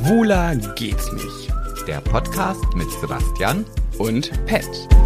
Schwuler geht's nicht. Der Podcast mit Sebastian Und Pet.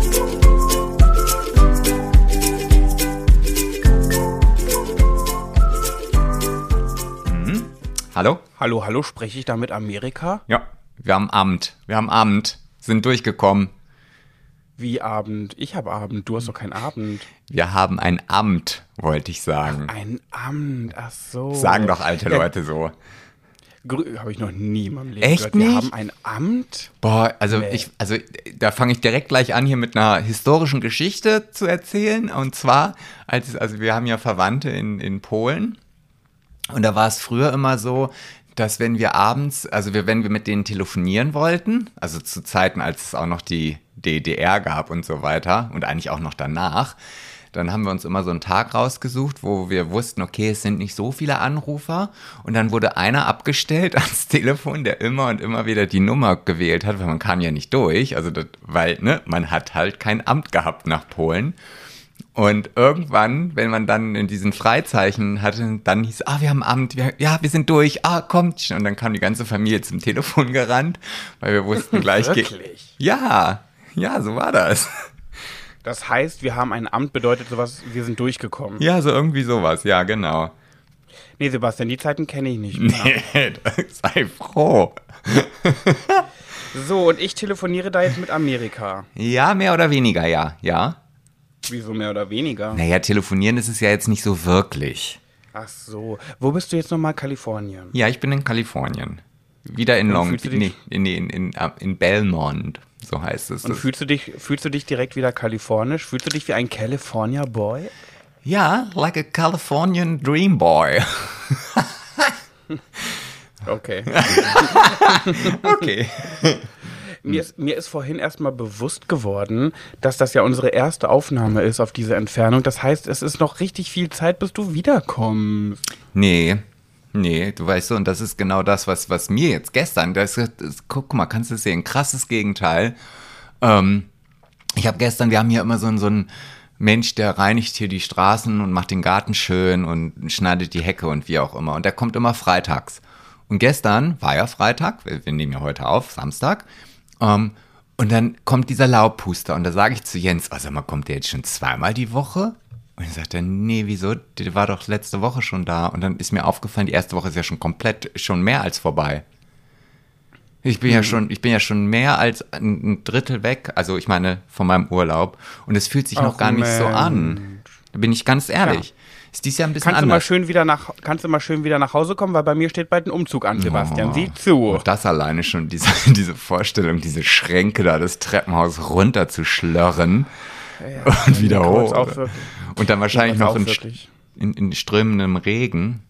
Hallo? Hallo, spreche ich da mit Amerika? Ja, wir haben Abend, sind durchgekommen. Wie Abend? Ich habe Abend, du hast doch kein Abend. Wir haben ein Amt, wollte ich sagen. Ein Amt, ach so. Sagen doch alte Leute so. Habe ich noch nie in meinem Leben Echt gehört. Wir nicht? haben ein Amt? Boah, also Nee. da fange ich direkt gleich an, hier mit einer historischen Geschichte zu erzählen. Und zwar, wir haben ja Verwandte in Polen. Und da war es früher immer so, dass wenn wir abends, wenn wir mit denen telefonieren wollten, also zu Zeiten, als es auch noch die DDR gab und so weiter und eigentlich auch noch danach, dann haben wir uns immer so einen Tag rausgesucht, wo wir wussten, okay, es sind nicht so viele Anrufer. Und dann wurde einer abgestellt ans Telefon, der immer und immer wieder die Nummer gewählt hat, weil man kam ja nicht durch. Man hat halt kein Amt gehabt nach Polen. Und irgendwann, wenn man dann in diesen Freizeichen hatte, dann hieß, wir haben Amt, wir sind durch, kommt. Und dann kam die ganze Familie zum Telefon gerannt, weil wir wussten gleich... Wirklich? Ja, so war das. Das heißt, wir haben ein Amt, bedeutet sowas, wir sind durchgekommen. Ja, so irgendwie sowas, ja, genau. Nee, Sebastian, die Zeiten kenne ich nicht mehr. Nee, sei froh. So, und ich telefoniere da jetzt mit Amerika. Ja, mehr oder weniger, ja. Wieso mehr oder weniger? Naja, telefonieren ist es ja jetzt nicht so wirklich. Ach so. Wo bist du jetzt nochmal? Kalifornien? Ja, ich bin in Kalifornien. Wieder in in Belmont, so heißt es. Und fühlst du dich direkt wieder kalifornisch? Fühlst du dich wie ein California Boy? Ja, like a Californian Dream Boy. Okay. Okay. Mir ist vorhin erstmal bewusst geworden, dass das ja unsere erste Aufnahme ist auf diese Entfernung. Das heißt, es ist noch richtig viel Zeit, bis du wiederkommst. Nee, du weißt so, und das ist genau das, was mir jetzt gestern, guck mal, kannst du es sehen, krasses Gegenteil. Wir haben hier immer so einen Mensch, der reinigt hier die Straßen und macht den Garten schön und schneidet die Hecke und wie auch immer. Und der kommt immer freitags. Und gestern war ja Freitag, wir nehmen ja heute auf, Samstag. Und dann kommt dieser Laubpuster und da sage ich zu Jens, sag mal, kommt der jetzt schon zweimal die Woche? Und dann sagt er, nee, wieso? Der war doch letzte Woche schon da. Und dann ist mir aufgefallen, die erste Woche ist ja schon mehr als vorbei. Ich bin ja schon mehr als ein Drittel weg, also ich meine von meinem Urlaub. Und es fühlt sich noch gar nicht so an. Da bin ich ganz ehrlich. Ja. Ist dies Jahr ein bisschen anders. Kannst du mal schön wieder nach Hause kommen, weil bei mir steht bald ein Umzug an, Sebastian. Sieh zu. Und das alleine schon, diese Vorstellung, diese Schränke da, das Treppenhaus runter zu schlörren und wieder hoch. Und dann wahrscheinlich noch in strömendem Regen.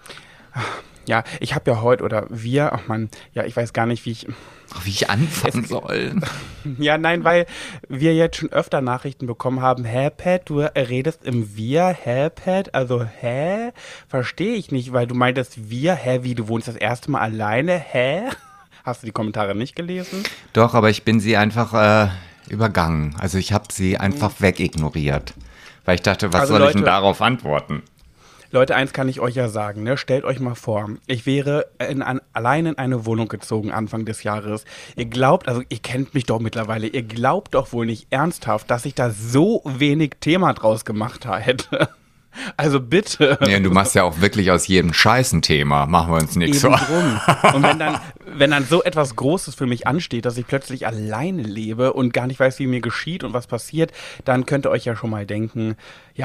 Ja, ich habe ja heute, oder wir, ich weiß gar nicht, wie ich anfangen soll. Ja, nein, weil wir jetzt schon öfter Nachrichten bekommen haben, Pat, du redest im Wir, Pat, also verstehe ich nicht, weil du meintest wir, wie, du wohnst das erste Mal alleine, Hast du die Kommentare nicht gelesen? Doch, aber ich bin sie einfach übergangen, also ich habe sie einfach wegignoriert, weil ich dachte, was soll ich denn darauf antworten? Leute, eins kann ich euch ja sagen, ne? Stellt euch mal vor, ich wäre allein in eine Wohnung gezogen Anfang des Jahres. Ihr kennt mich doch mittlerweile, ihr glaubt doch wohl nicht ernsthaft, dass ich da so wenig Thema draus gemacht hätte. Also bitte. Ja, du machst ja auch wirklich aus jedem Scheiß ein Thema, machen wir uns nichts vor. Und wenn dann so etwas Großes für mich ansteht, dass ich plötzlich alleine lebe und gar nicht weiß, wie mir geschieht und was passiert, dann könnt ihr euch ja schon mal denken,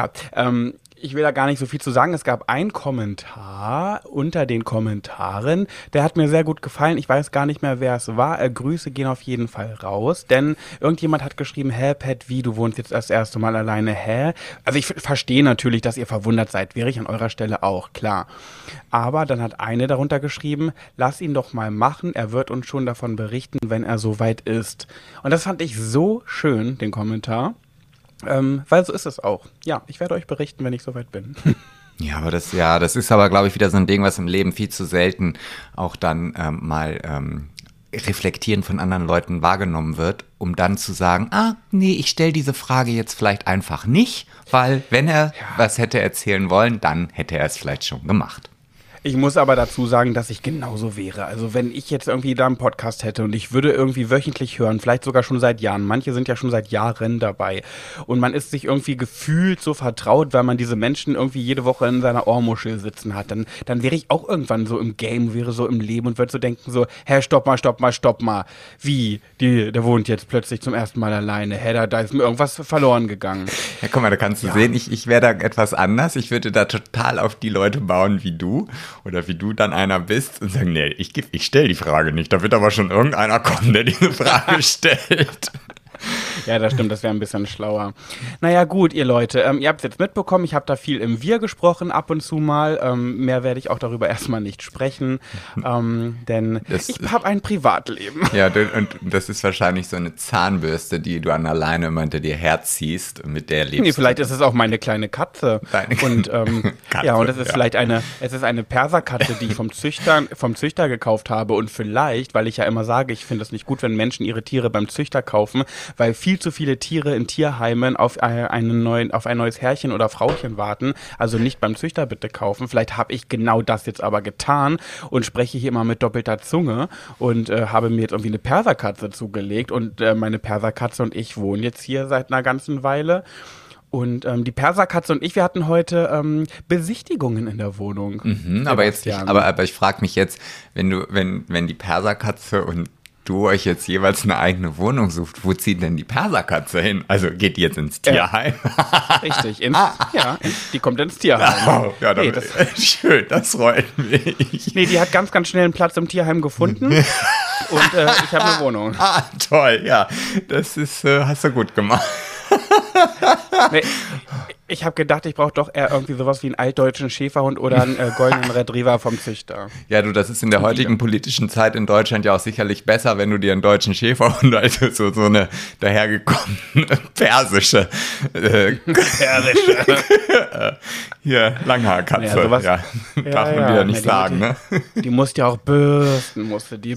ich will da gar nicht so viel zu sagen. Es gab einen Kommentar unter den Kommentaren, der hat mir sehr gut gefallen. Ich weiß gar nicht mehr, wer es war. Grüße gehen auf jeden Fall raus, denn irgendjemand hat geschrieben, Pat, wie, du wohnst jetzt das erste Mal alleine, Also ich verstehe natürlich, dass ihr verwundert seid, wäre ich an eurer Stelle auch, klar. Aber dann hat eine darunter geschrieben, lass ihn doch mal machen, er wird uns schon davon berichten, wenn er soweit ist. Und das fand ich so schön, den Kommentar. Weil so ist es auch. Ja, ich werde euch berichten, wenn ich soweit bin. Ja, aber das ist aber, glaube ich, wieder so ein Ding, was im Leben viel zu selten auch dann reflektieren von anderen Leuten wahrgenommen wird, um dann zu sagen, nee, ich stelle diese Frage jetzt vielleicht einfach nicht, weil wenn er was hätte erzählen wollen, dann hätte er es vielleicht schon gemacht. Ich muss aber dazu sagen, dass ich genauso wäre. Also wenn ich jetzt irgendwie da einen Podcast hätte und ich würde irgendwie wöchentlich hören, vielleicht sogar schon seit Jahren, manche sind ja schon seit Jahren dabei und man ist sich irgendwie gefühlt so vertraut, weil man diese Menschen irgendwie jede Woche in seiner Ohrmuschel sitzen hat, dann wäre ich auch irgendwann so im Game, wäre so im Leben und würde so denken so, hä, stopp mal. Wie? Der wohnt jetzt plötzlich zum ersten Mal alleine. Hä, da ist mir irgendwas verloren gegangen. Ja, guck mal, da kannst du sehen, ich wäre da etwas anders. Ich würde da total auf die Leute bauen wie du. Oder wie du dann einer bist und sagen, nee, ich stelle die Frage nicht. Da wird aber schon irgendeiner kommen, der diese Frage stellt. Ja, das stimmt, das wäre ein bisschen schlauer. Naja, gut, ihr Leute, ihr habt es jetzt mitbekommen, ich habe da viel im Wir gesprochen, ab und zu mal. Mehr werde ich auch darüber erstmal nicht sprechen, denn ich habe ein Privatleben. Ja, und das ist wahrscheinlich so eine Zahnbürste, die du an der Leine immer hinter dir herziehst und mit der lebst. Nee, vielleicht ist es auch meine kleine Katze. Und Katze, ja, und es ist vielleicht eine Perserkatze, die ich vom Züchter gekauft habe. Und vielleicht, weil ich ja immer sage, ich finde es nicht gut, wenn Menschen ihre Tiere beim Züchter kaufen, weil viel zu viele Tiere in Tierheimen auf ein neues Herrchen oder Frauchen warten. Also nicht beim Züchter bitte kaufen. Vielleicht habe ich genau das jetzt aber getan und spreche hier immer mit doppelter Zunge und habe mir jetzt irgendwie eine Perserkatze zugelegt. Und meine Perserkatze und ich wohnen jetzt hier seit einer ganzen Weile. Und die Perserkatze und ich, wir hatten heute Besichtigungen in der Wohnung. Aber ich frage mich jetzt, wenn die Perserkatze und du euch jetzt jeweils eine eigene Wohnung sucht, wo zieht denn die Perserkatze hin? Also geht die jetzt ins Tierheim? Richtig, die kommt ins Tierheim. Oh, ja, schön, das freut mich. Nee, die hat ganz, ganz schnell einen Platz im Tierheim gefunden und ich habe eine Wohnung. Ah, toll, ja, das ist, hast du gut gemacht. Nee, ich habe gedacht, ich brauche doch eher irgendwie sowas wie einen altdeutschen Schäferhund oder einen goldenen Retriever vom Züchter. Ja, du, das ist in der heutigen politischen Zeit in Deutschland ja auch sicherlich besser, wenn du dir einen deutschen Schäferhund, also so eine dahergekommene persische hier, Langhaarkatze. Ja, sowas, darf man wieder nicht sagen, ne? Die musste ja auch bürsten.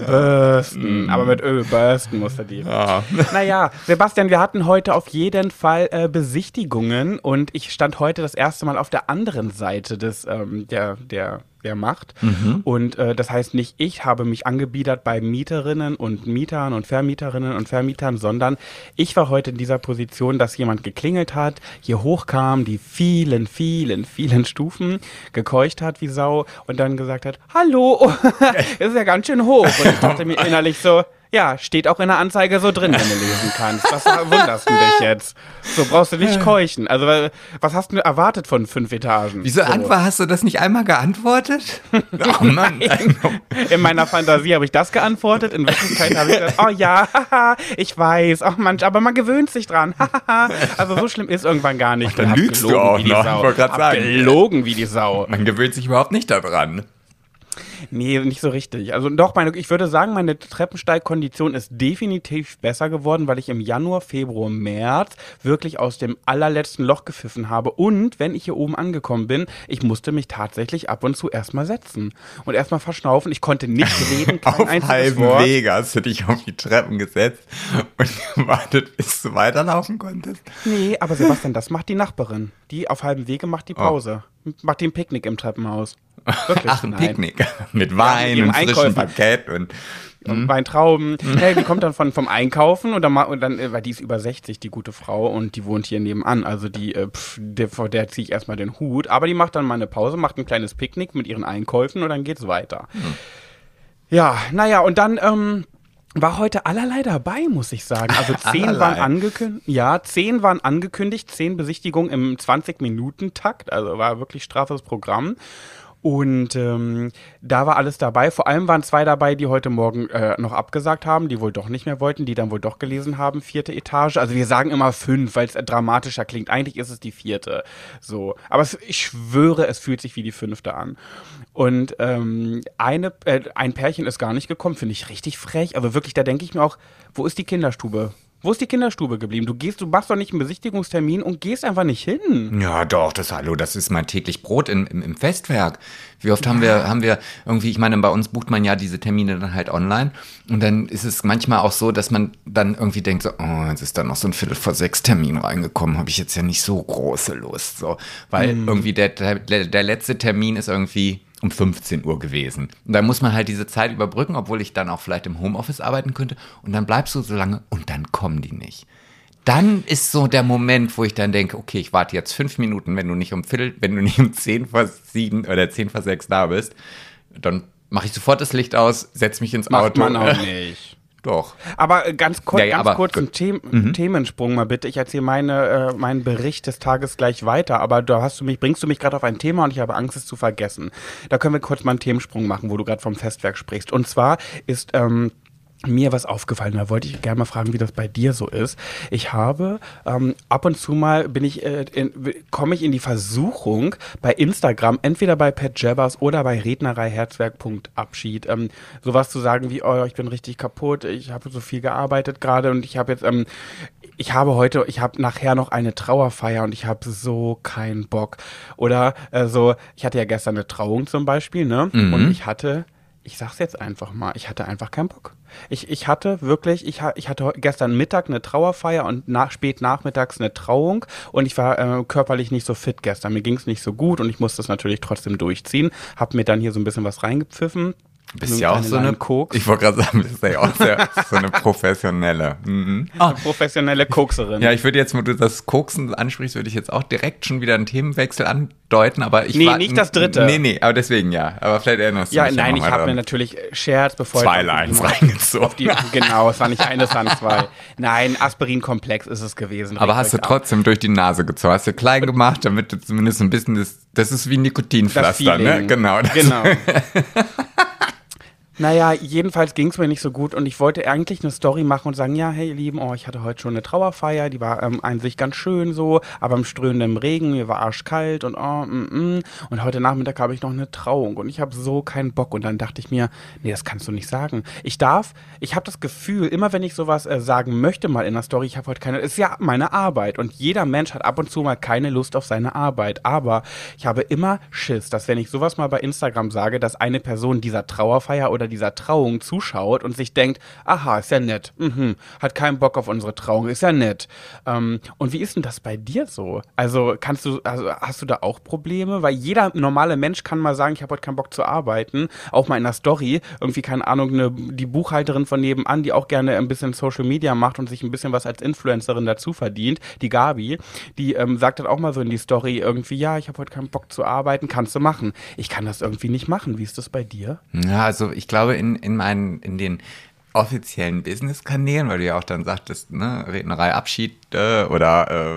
Aber mit Öl bürsten musste die. Ja. Naja, Sebastian, wir hatten heute auf jeden Fall Besichtigungen und ich stand heute das erste Mal auf der anderen Seite der Macht. Und das heißt nicht, ich habe mich angebiedert bei Mieterinnen und Mietern und Vermieterinnen und Vermietern, sondern ich war heute in dieser Position, dass jemand geklingelt hat, hier hochkam, die vielen Stufen, gekeucht hat wie Sau und dann gesagt hat, hallo, das ist ja ganz schön hoch. Und ich dachte mir innerlich so, ja, steht auch in der Anzeige so drin, wenn du lesen kannst. Was wunderst du dich jetzt? So brauchst du nicht keuchen. Also, was hast du erwartet von 5 Etagen? Wieso hast du das nicht einmal geantwortet? Oh Mann. In meiner Fantasie habe ich das geantwortet. In Wirklichkeit habe ich gesagt, oh ja, haha, ich weiß. Ach Mensch, aber man gewöhnt sich dran. Also so schlimm ist irgendwann gar nicht. Dann lügst du auch noch. Ich wollte gerade sagen. Gelogen wie die Sau. Man gewöhnt sich überhaupt nicht daran. Nee, nicht so richtig. Also doch, ich würde sagen, meine Treppensteigkondition ist definitiv besser geworden, weil ich im Januar, Februar, März wirklich aus dem allerletzten Loch gepfiffen habe. Und wenn ich hier oben angekommen bin, ich musste mich tatsächlich ab und zu erstmal setzen und erstmal verschnaufen. Ich konnte nicht reden, kein einziges Wort. Auf halbem Wege hast du dich auf die Treppen gesetzt und gewartet, bis du weiterlaufen konntest? Nee, aber Sebastian, das macht die Nachbarin. Die auf halbem Wege macht die Pause. Macht die ein Picknick im Treppenhaus. Wirklich? Ach, ein Picknick. Mit Wein und frischem Baguette und Weintrauben. Hey, die kommt dann vom Einkaufen und dann, weil die ist über 60, die gute Frau, und die wohnt hier nebenan. Also vor der ziehe ich erstmal den Hut. Aber die macht dann mal eine Pause, macht ein kleines Picknick mit ihren Einkäufen und dann geht's weiter. Ja, naja, und dann war heute allerlei dabei, muss ich sagen. Also 10 waren angekündigt. Ja, 10 waren angekündigt, 10 Besichtigungen im 20-Minuten-Takt. Also war wirklich straffes Programm. Und da war alles dabei. Vor allem waren 2 dabei, die heute Morgen noch abgesagt haben, die wohl doch nicht mehr wollten, die dann wohl doch gelesen haben, 4. Etage. Also wir sagen immer 5, weil es dramatischer klingt. Eigentlich ist es die 4. So. Aber ich schwöre, es fühlt sich wie die 5. an. Und ein Pärchen ist gar nicht gekommen, finde ich richtig frech. Also wirklich, da denke ich mir auch, wo ist die Kinderstube? Wo ist die Kinderstube geblieben? Du machst doch nicht einen Besichtigungstermin und gehst einfach nicht hin. Ja, doch, das ist mein täglich Brot im Festwerk. Wie oft haben wir irgendwie, ich meine, bei uns bucht man ja diese Termine dann halt online und dann ist es manchmal auch so, dass man dann irgendwie denkt so, oh, jetzt ist da noch so ein 5:45 Termin reingekommen, habe ich jetzt ja nicht so große Lust, so, weil irgendwie der letzte Termin ist irgendwie um 15 Uhr gewesen. Und dann muss man halt diese Zeit überbrücken, obwohl ich dann auch vielleicht im Homeoffice arbeiten könnte. Und dann bleibst du so lange und dann kommen die nicht. Dann ist so der Moment, wo ich dann denke, okay, ich warte jetzt 5 Minuten, wenn du nicht um 10 vor 7 oder 10 vor 6 da bist, dann mache ich sofort das Licht aus, setze mich ins Auto. Macht man auch nicht. Doch. Aber ganz kurz, gut. Themensprung mal bitte. Ich erzähle meinen Bericht des Tages gleich weiter, aber bringst du mich gerade auf ein Thema und ich habe Angst, es zu vergessen. Da können wir kurz mal einen Themensprung machen, wo du gerade vom Festwerk sprichst. Und zwar ist mir was aufgefallen, da wollte ich gerne mal fragen, wie das bei dir so ist. Ich habe ab und zu mal komme ich in die Versuchung bei Instagram, entweder bei Pat Jabbers oder bei Rednerei-Herzwerk.abschied, sowas zu sagen wie, oh, ich bin richtig kaputt, ich habe so viel gearbeitet gerade und ich habe jetzt ich habe nachher noch eine Trauerfeier und ich habe so keinen Bock. Oder ich hatte ja gestern eine Trauung zum Beispiel, ne? Mhm. Und ich sag's jetzt einfach mal, ich hatte einfach keinen Bock. Ich hatte gestern Mittag eine Trauerfeier und spät nachmittags eine Trauung und ich war körperlich nicht so fit gestern. Mir ging's nicht so gut und ich musste es natürlich trotzdem durchziehen. Hab mir dann hier so ein bisschen was reingepfiffen. Bist ja auch so eine Koks. Ich wollte gerade sagen, bist ja auch so eine professionelle. Mhm. Eine professionelle Kokserin. Ja, ich würde jetzt, wo du das Koksen ansprichst, würde ich jetzt auch direkt schon wieder einen Themenwechsel andeuten, aber nicht das dritte. Nee, aber deswegen ja. Aber vielleicht erinnerst du mich ja nein, ich habe mir natürlich Scherz, bevor 2 Lines reingezogen. Genau, es war nicht eine, es waren 2. Nein, Aspirin-Komplex ist es gewesen. Aber hast du trotzdem durch die Nase gezogen, hast du klein gemacht, damit du zumindest ein bisschen das ist wie ein Nikotinpflaster, ne? Genau. Naja, jedenfalls ging es mir nicht so gut und ich wollte eigentlich eine Story machen und sagen, ja, hey ihr Lieben, ich hatte heute schon eine Trauerfeier, die war an sich ganz schön so, aber im strömenden Regen, mir war arschkalt und und heute Nachmittag habe ich noch eine Trauung und ich habe so keinen Bock und dann dachte ich mir, nee, das kannst du nicht sagen. Ich habe das Gefühl, immer wenn ich sowas sagen möchte mal in der Story, ich habe heute ist ja meine Arbeit und jeder Mensch hat ab und zu mal keine Lust auf seine Arbeit, aber ich habe immer Schiss, dass wenn ich sowas mal bei Instagram sage, dass eine Person dieser Trauerfeier oder dieser Trauung zuschaut und sich denkt, aha, ist ja nett, hat keinen Bock auf unsere Trauung, ist ja nett. Und wie ist denn das bei dir so? Also hast du da auch Probleme? Weil jeder normale Mensch kann mal sagen, ich habe heute keinen Bock zu arbeiten, auch mal in der Story, irgendwie, keine Ahnung, die Buchhalterin von nebenan, die auch gerne ein bisschen Social Media macht und sich ein bisschen was als Influencerin dazu verdient, die Gabi, die sagt dann auch mal so in die Story irgendwie, ja, ich habe heute keinen Bock zu arbeiten, kannst du machen. Ich kann das irgendwie nicht machen. Wie ist das bei dir? Ja, also ich glaube, in den offiziellen Business-Kanälen, weil du ja auch dann sagtest, ne, Rednerei, Abschied oder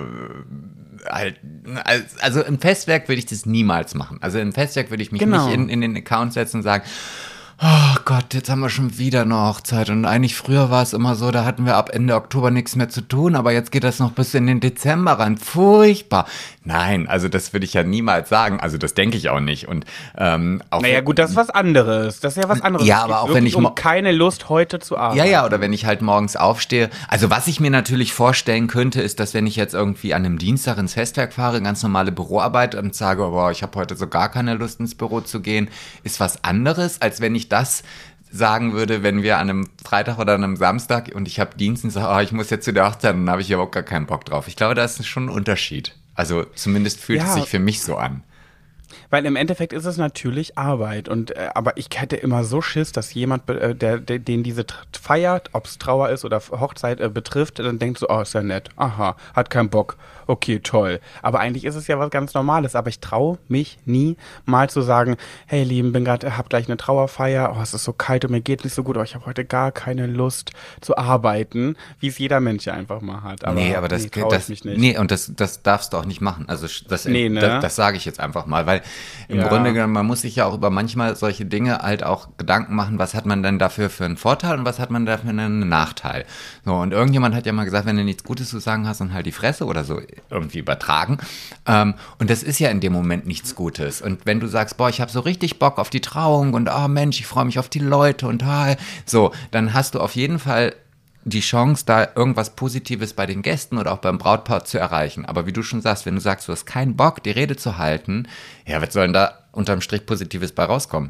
also im Festwerk würde ich das niemals machen. Also im Festwerk würde ich mich nicht in den Account setzen und sagen, oh Gott, jetzt haben wir schon wieder eine Hochzeit und eigentlich früher war es immer so, da hatten wir ab Ende Oktober nichts mehr zu tun, aber jetzt geht das noch bis in den Dezember rein. Furchtbar. Nein, also das würde ich ja niemals sagen, also das denke ich auch nicht. Und naja gut, das ist was anderes, das ist ja was anderes. Ja, aber auch wenn ich keine Lust heute zu arbeiten. Ja, oder wenn ich halt morgens aufstehe. Also was ich mir natürlich vorstellen könnte, ist, dass wenn ich jetzt irgendwie an einem Dienstag ins Festwerk fahre, ganz normale Büroarbeit und sage, boah, ich habe heute so gar keine Lust ins Büro zu gehen, ist was anderes, als wenn ich das sagen würde, wenn wir an einem Freitag oder an einem Samstag und ich habe Dienst und sage, ich muss jetzt zu der Hochzeit, dann habe ich überhaupt gar keinen Bock drauf. Ich glaube, da ist schon ein Unterschied. Also zumindest fühlt es sich für mich so an. Weil im Endeffekt ist es natürlich Arbeit aber ich hätte immer so Schiss, dass jemand, den diese feiert, ob es Trauer ist oder Hochzeit betrifft, dann denkt so, ist ja nett, aha, hat keinen Bock, okay, toll. Aber eigentlich ist es ja was ganz Normales, aber ich traue mich nie mal zu sagen, hey Lieben, hab gleich eine Trauerfeier, es ist so kalt und mir geht nicht so gut, ich habe heute gar keine Lust zu arbeiten, wie es jeder Mensch ja einfach mal hat. Aber das mich nicht. Nee, und das darfst du auch nicht machen. Also das sage ich jetzt einfach mal, weil im Grunde genommen, man muss sich ja auch über manchmal solche Dinge halt auch Gedanken machen, was hat man denn dafür für einen Vorteil und was hat man dafür für einen Nachteil. So, und irgendjemand hat ja mal gesagt, wenn du nichts Gutes zu sagen hast, dann halt die Fresse oder so irgendwie übertragen. Und das ist ja in dem Moment nichts Gutes. Und wenn du sagst, ich habe so richtig Bock auf die Trauung und Mensch, ich freue mich auf die Leute und so, dann hast du auf jeden Fall die Chance, da irgendwas Positives bei den Gästen oder auch beim Brautpaar zu erreichen. Aber wie du schon sagst, wenn du sagst, du hast keinen Bock, die Rede zu halten, was soll denn da unterm Strich Positives bei rauskommen?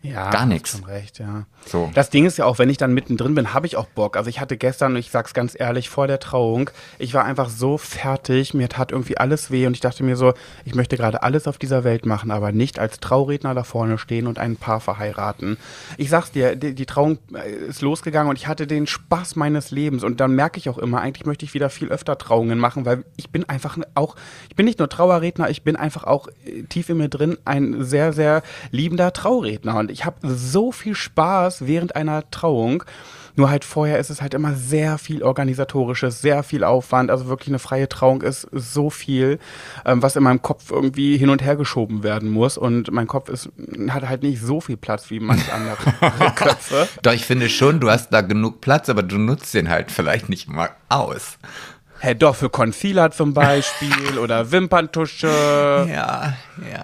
Ja, gar nichts. Schon recht, ja. So. Das Ding ist ja auch, wenn ich dann mittendrin bin, habe ich auch Bock. Also ich hatte gestern, ich sag's ganz ehrlich, vor der Trauung, ich war einfach so fertig, mir tat irgendwie alles weh und ich dachte mir so, ich möchte gerade alles auf dieser Welt machen, aber nicht als Trauredner da vorne stehen und ein Paar verheiraten. Ich sag's dir, die Trauung ist losgegangen und ich hatte den Spaß meines Lebens und dann merke ich auch immer, eigentlich möchte ich wieder viel öfter Trauungen machen, weil ich bin einfach auch, ich bin nicht nur Trauerredner, ich bin einfach auch tief in mir drin ein sehr, sehr liebender Trauredner und ich habe so viel Spaß während einer Trauung. Nur halt vorher ist es halt immer sehr viel Organisatorisches, sehr viel Aufwand. Also wirklich eine freie Trauung ist so viel, was in meinem Kopf irgendwie hin und her geschoben werden muss. Und mein Kopf hat halt nicht so viel Platz wie manche andere Köpfe. Doch, ich finde schon, du hast da genug Platz, aber du nutzt den halt vielleicht nicht mal aus. Hey, doch, für Concealer zum Beispiel oder Wimperntusche. Ja.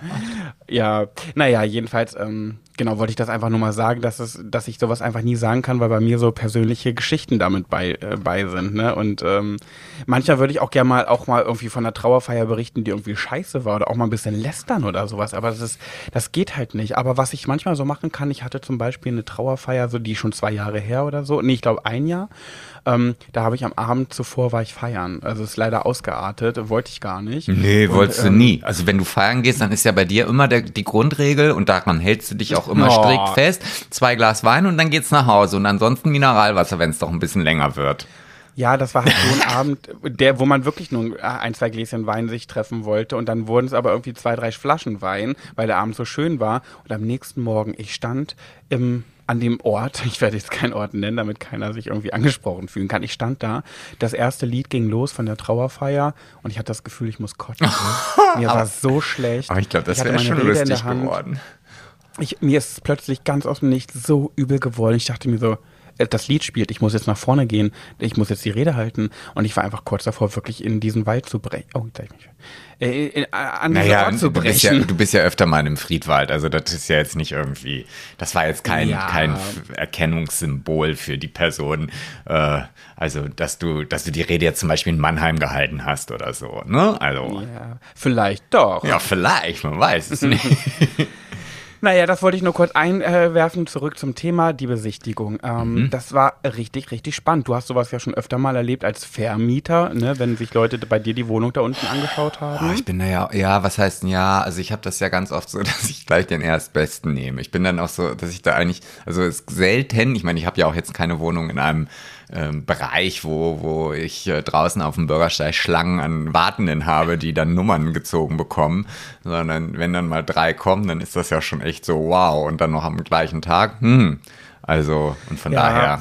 Ja, naja, jedenfalls, genau, wollte ich das einfach nur mal sagen, dass ich sowas einfach nie sagen kann, weil bei mir so persönliche Geschichten damit bei sind, ne? Und manchmal würde ich auch gerne mal irgendwie von einer Trauerfeier berichten, die irgendwie scheiße war oder auch mal ein bisschen lästern oder sowas, aber das geht halt nicht. Aber was ich manchmal so machen kann, ich hatte zum Beispiel eine Trauerfeier, so die schon 2 Jahre her oder so, nee, ich glaube 1 Jahr. Da habe ich am Abend zuvor war ich feiern. Also ist leider ausgeartet, wollte ich gar nicht. Nee, wolltest du nie. Also wenn du feiern gehst, dann ist ja bei dir immer die Grundregel und daran hältst du dich auch immer strikt fest. 2 Glas Wein und dann geht's nach Hause und ansonsten Mineralwasser, wenn es doch ein bisschen länger wird. Ja, das war halt so ein Abend, wo man wirklich nur 1, 2 Gläschen Wein sich treffen wollte und dann wurden es aber irgendwie 2, 3 Flaschen Wein, weil der Abend so schön war. Und am nächsten Morgen, ich stand an dem Ort, ich werde jetzt keinen Ort nennen, damit keiner sich irgendwie angesprochen fühlen kann. Ich stand da, das erste Lied ging los von der Trauerfeier und ich hatte das Gefühl, ich muss kotzen. Mir war so schlecht. Aber ich glaube, das wäre schon lustig geworden. Mir ist plötzlich ganz aus dem Nichts so übel geworden. Ich dachte mir so, das Lied spielt, ich muss jetzt nach vorne gehen, ich muss jetzt die Rede halten und ich war einfach kurz davor, wirklich in diesen Wald zu brechen. Oh, jetzt hab ich mich an diesen Ort zu brechen. Du bist ja öfter mal im Friedwald, also das ist ja jetzt nicht irgendwie, das war jetzt kein Erkennungssymbol für die Person, also dass du die Rede jetzt zum Beispiel in Mannheim gehalten hast oder so, ne? Also ja, vielleicht doch. Ja, vielleicht, man weiß es nicht. Naja, das wollte ich nur kurz einwerfen. Zurück zum Thema, die Besichtigung. Das war richtig, richtig spannend. Du hast sowas ja schon öfter mal erlebt als Vermieter, ne, wenn sich Leute bei dir die Wohnung da unten angeschaut haben. Oh, ich bin da ja, was heißt denn ja? Also ich habe das ja ganz oft so, dass ich gleich den Erstbesten nehme. Ich bin dann auch so, dass ich da eigentlich, also es ist selten, ich meine, ich habe ja auch jetzt keine Wohnung in einem Bereich, wo ich draußen auf dem Bürgersteig Schlangen an Wartenden habe, die dann Nummern gezogen bekommen, sondern wenn dann mal 3 kommen, dann ist das ja schon echt so wow und dann noch am gleichen Tag, also und von daher.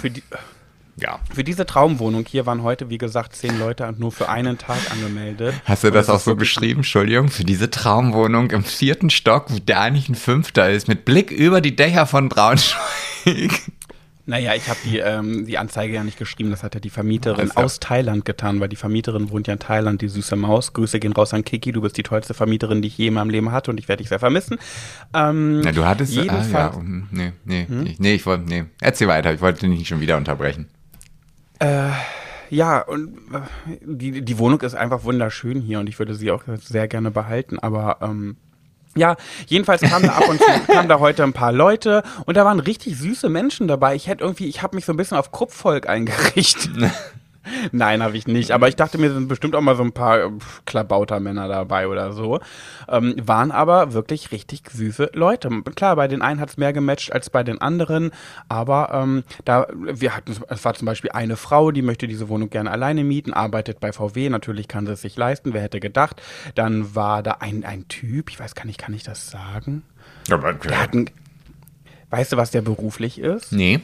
Für diese Traumwohnung hier waren heute, wie gesagt, 10 Leute nur für einen Tag angemeldet. Hast du das auch so geschrieben? Entschuldigung, für diese Traumwohnung im 4. Stock, der eigentlich ein 5. ist, mit Blick über die Dächer von Braunschweig. Naja, ich habe die Anzeige ja nicht geschrieben, das hat ja die Vermieterin aus Thailand getan, weil die Vermieterin wohnt ja in Thailand, die süße Maus. Grüße gehen raus an Kiki, du bist die tollste Vermieterin, die ich je in meinem Leben hatte und ich werde dich sehr vermissen. Ja, du hattest, erzähl weiter, ich wollte dich nicht schon wieder unterbrechen. Ja, und die Wohnung ist einfach wunderschön hier und ich würde sie auch sehr gerne behalten, aber ja, jedenfalls kamen da heute ein paar Leute und da waren richtig süße Menschen dabei. Ich habe mich so ein bisschen auf Kruppvolk eingerichtet. Nein, habe ich nicht. Aber ich dachte mir, sind bestimmt auch mal so ein paar Klabautermänner dabei oder so. Waren aber wirklich richtig süße Leute. Klar, bei den einen hat es mehr gematcht als bei den anderen. Aber es war zum Beispiel eine Frau, die möchte diese Wohnung gerne alleine mieten, arbeitet bei VW. Natürlich kann sie es sich leisten. Wer hätte gedacht? Dann war da ein Typ, ich weiß gar nicht, kann ich das sagen? Aber weißt du, was der beruflich ist? Nee.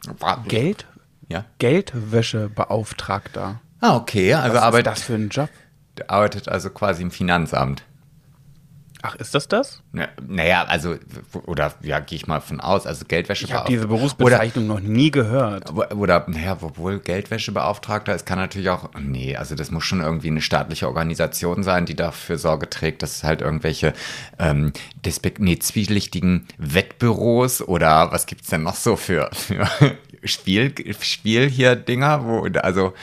Geldwäschebeauftragter. Ah, okay. Also was ist das für ein Job? Der arbeitet also quasi im Finanzamt. Ach, ist das? Naja, also, oder ja, gehe ich mal von aus, also Geldwäschebeauftragter. Ich habe diese Berufsbezeichnung noch nie gehört. Oder, naja, obwohl Geldwäschebeauftragter, es kann natürlich auch, also das muss schon irgendwie eine staatliche Organisation sein, die dafür Sorge trägt, dass es halt irgendwelche zwielichtigen Wettbüros oder was gibt's denn noch so für Spiel hier Dinger, also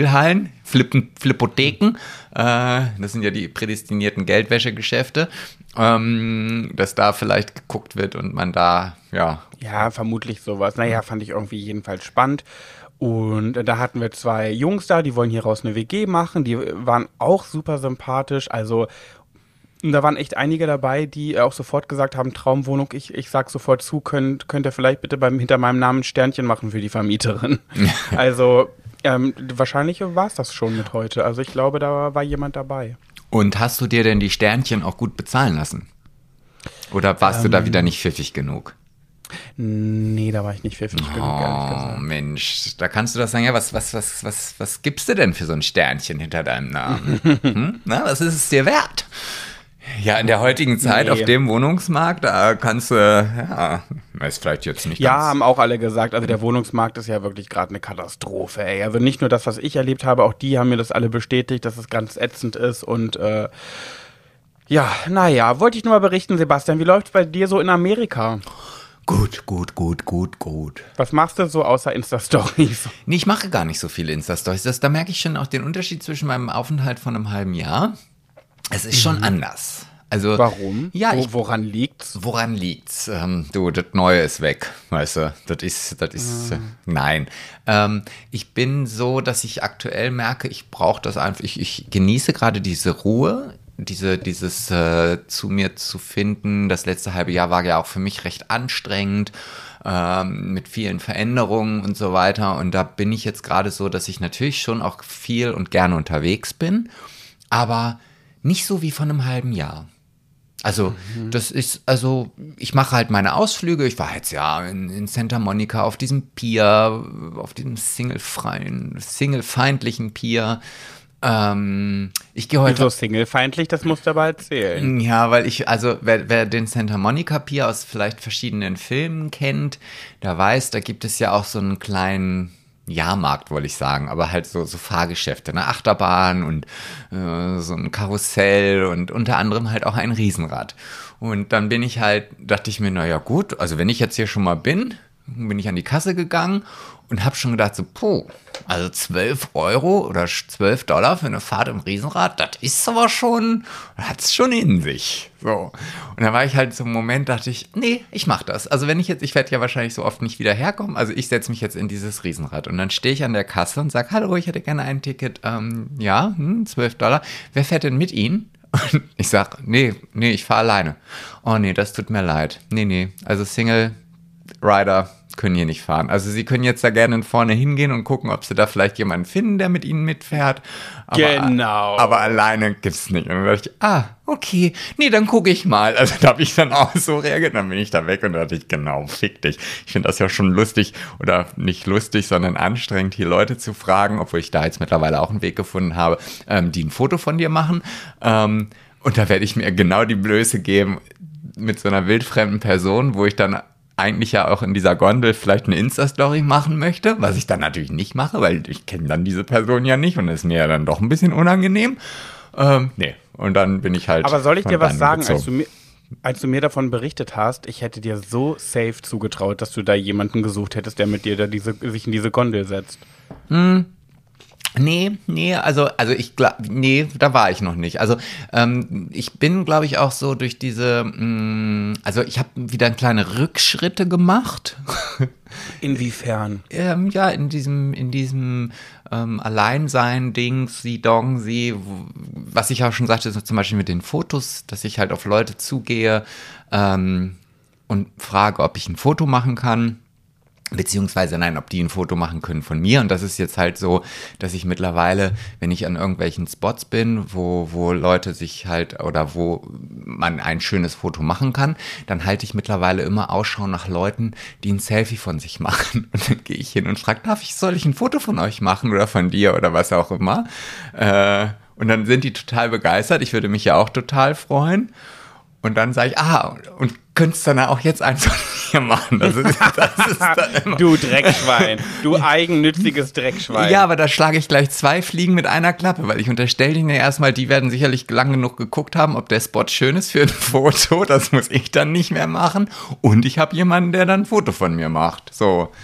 Spielhallen, Flippotheken, das sind ja die prädestinierten Geldwäschegeschäfte dass da vielleicht geguckt wird und man da, ja. Ja, vermutlich sowas. Naja, fand ich irgendwie jedenfalls spannend. Und da hatten wir 2 Jungs da, die wollen hier raus eine WG machen. Die waren auch super sympathisch. Also, da waren echt einige dabei, die auch sofort gesagt haben, Traumwohnung, ich sag sofort zu, könnt ihr vielleicht bitte hinter meinem Namen ein Sternchen machen für die Vermieterin. Also, wahrscheinlich war es das schon mit heute. Also, ich glaube, da war jemand dabei. Und hast du dir denn die Sternchen auch gut bezahlen lassen? Oder warst du da wieder nicht pfiffig genug? Nee, da war ich nicht pfiffig genug, ehrlich gesagt. Oh, Mensch, da kannst du doch sagen, ja, was gibst du denn für so ein Sternchen hinter deinem Namen? Na, was ist es dir wert? Ja, in der heutigen Zeit auf dem Wohnungsmarkt, da kannst du, ja, ist vielleicht jetzt nicht Ja, ganz... haben auch alle gesagt, also der Wohnungsmarkt ist ja wirklich gerade eine Katastrophe, ey. Also nicht nur das, was ich erlebt habe, auch die haben mir das alle bestätigt, dass es ganz ätzend ist und ja, naja, wollte ich nur mal berichten, Sebastian, wie läuft's bei dir so in Amerika? Gut. Was machst du so außer Insta-Stories? Nee, ich mache gar nicht so viele Insta-Stories. Da merke ich schon auch den Unterschied zwischen meinem Aufenthalt von einem halben Jahr. Es ist schon anders. Also, Warum? Ja, woran liegt's? Woran liegt's? Du, das Neue ist weg, weißt du. Das ist, nein. Ich bin so, dass ich aktuell merke, ich brauche das einfach. Ich genieße gerade diese Ruhe, dieses zu mir zu finden. Das letzte halbe Jahr war ja auch für mich recht anstrengend, mit vielen Veränderungen und so weiter. Und da bin ich jetzt gerade so, dass ich natürlich schon auch viel und gerne unterwegs bin, aber nicht so wie vor einem halben Jahr. Also, ich mache halt meine Ausflüge. Ich war jetzt ja in Santa Monica auf diesem Pier, auf diesem singlefeindlichen Pier. Ich gehe heute. Wieso singlefeindlich? Das musst du aber erzählen. Ja, weil wer den Santa Monica Pier aus vielleicht verschiedenen Filmen kennt, der weiß, da gibt es ja auch so einen kleinen Jahrmarkt, wollte ich sagen, aber halt so Fahrgeschäfte, eine Achterbahn und so ein Karussell und unter anderem halt auch ein Riesenrad. Und dann dachte ich mir, naja gut, also wenn ich jetzt hier schon mal bin ich an die Kasse gegangen und habe schon gedacht so, also 12 Euro oder $12 für eine Fahrt im Riesenrad, das ist aber schon, hat's schon in sich. So. Und da war ich halt so im Moment, dachte ich, nee, ich mach das. Also ich werde ja wahrscheinlich so oft nicht wieder herkommen, also ich setze mich jetzt in dieses Riesenrad. Und dann stehe ich an der Kasse und sage, hallo, ich hätte gerne ein Ticket, ja, $12. Wer fährt denn mit Ihnen? Und ich sage, nee, ich fahre alleine. Oh nee, das tut mir leid. Nee, also Single Rider können hier nicht fahren. Also Sie können jetzt da gerne vorne hingehen und gucken, ob Sie da vielleicht jemanden finden, der mit Ihnen mitfährt. Genau. Aber alleine gibt's nicht. Und dann dachte ich, okay, nee, dann gucke ich mal. Also da habe ich dann auch so reagiert, dann bin ich da weg und da dachte ich, genau, fick dich. Ich finde das ja schon lustig oder nicht lustig, sondern anstrengend, hier Leute zu fragen, obwohl ich da jetzt mittlerweile auch einen Weg gefunden habe, die ein Foto von dir machen. Und da werde ich mir genau die Blöße geben mit so einer wildfremden Person, wo ich dann eigentlich ja auch in dieser Gondel vielleicht eine Insta-Story machen möchte, was ich dann natürlich nicht mache, weil ich kenne dann diese Person ja nicht und das ist mir ja dann doch ein bisschen unangenehm. Nee, und dann bin ich halt... Aber soll ich dir was sagen, als du mir davon berichtet hast, ich hätte dir so safe zugetraut, dass du da jemanden gesucht hättest, der mit dir da sich in diese Gondel setzt. Nee, also ich glaube, nee, da war ich noch nicht. Also ich bin, glaube ich, auch so durch diese, also ich habe wieder kleine Rückschritte gemacht. Inwiefern? Ja, in diesem Alleinsein-Ding, was ich auch schon sagte, so zum Beispiel mit den Fotos, dass ich halt auf Leute zugehe und frage, ob ich ein Foto machen kann. Beziehungsweise nein, ob die ein Foto machen können von mir. Und das ist jetzt halt so, dass ich mittlerweile, wenn ich an irgendwelchen Spots bin, wo Leute sich halt oder wo man ein schönes Foto machen kann, dann halte ich mittlerweile immer Ausschau nach Leuten, die ein Selfie von sich machen. Und dann gehe ich hin und frage, soll ich ein Foto von euch machen oder von dir oder was auch immer? Und dann sind die total begeistert. Ich würde mich ja auch total freuen. Und dann sage ich, und könntest dann auch jetzt eins von mir machen. Das ist dann immer. Du Dreckschwein, du eigennütziges Dreckschwein. Ja, aber da schlage ich gleich 2 Fliegen mit einer Klappe, weil ich unterstelle denen ja erstmal, die werden sicherlich lang genug geguckt haben, ob der Spot schön ist für ein Foto. Das muss ich dann nicht mehr machen. Und ich habe jemanden, der dann ein Foto von mir macht. So.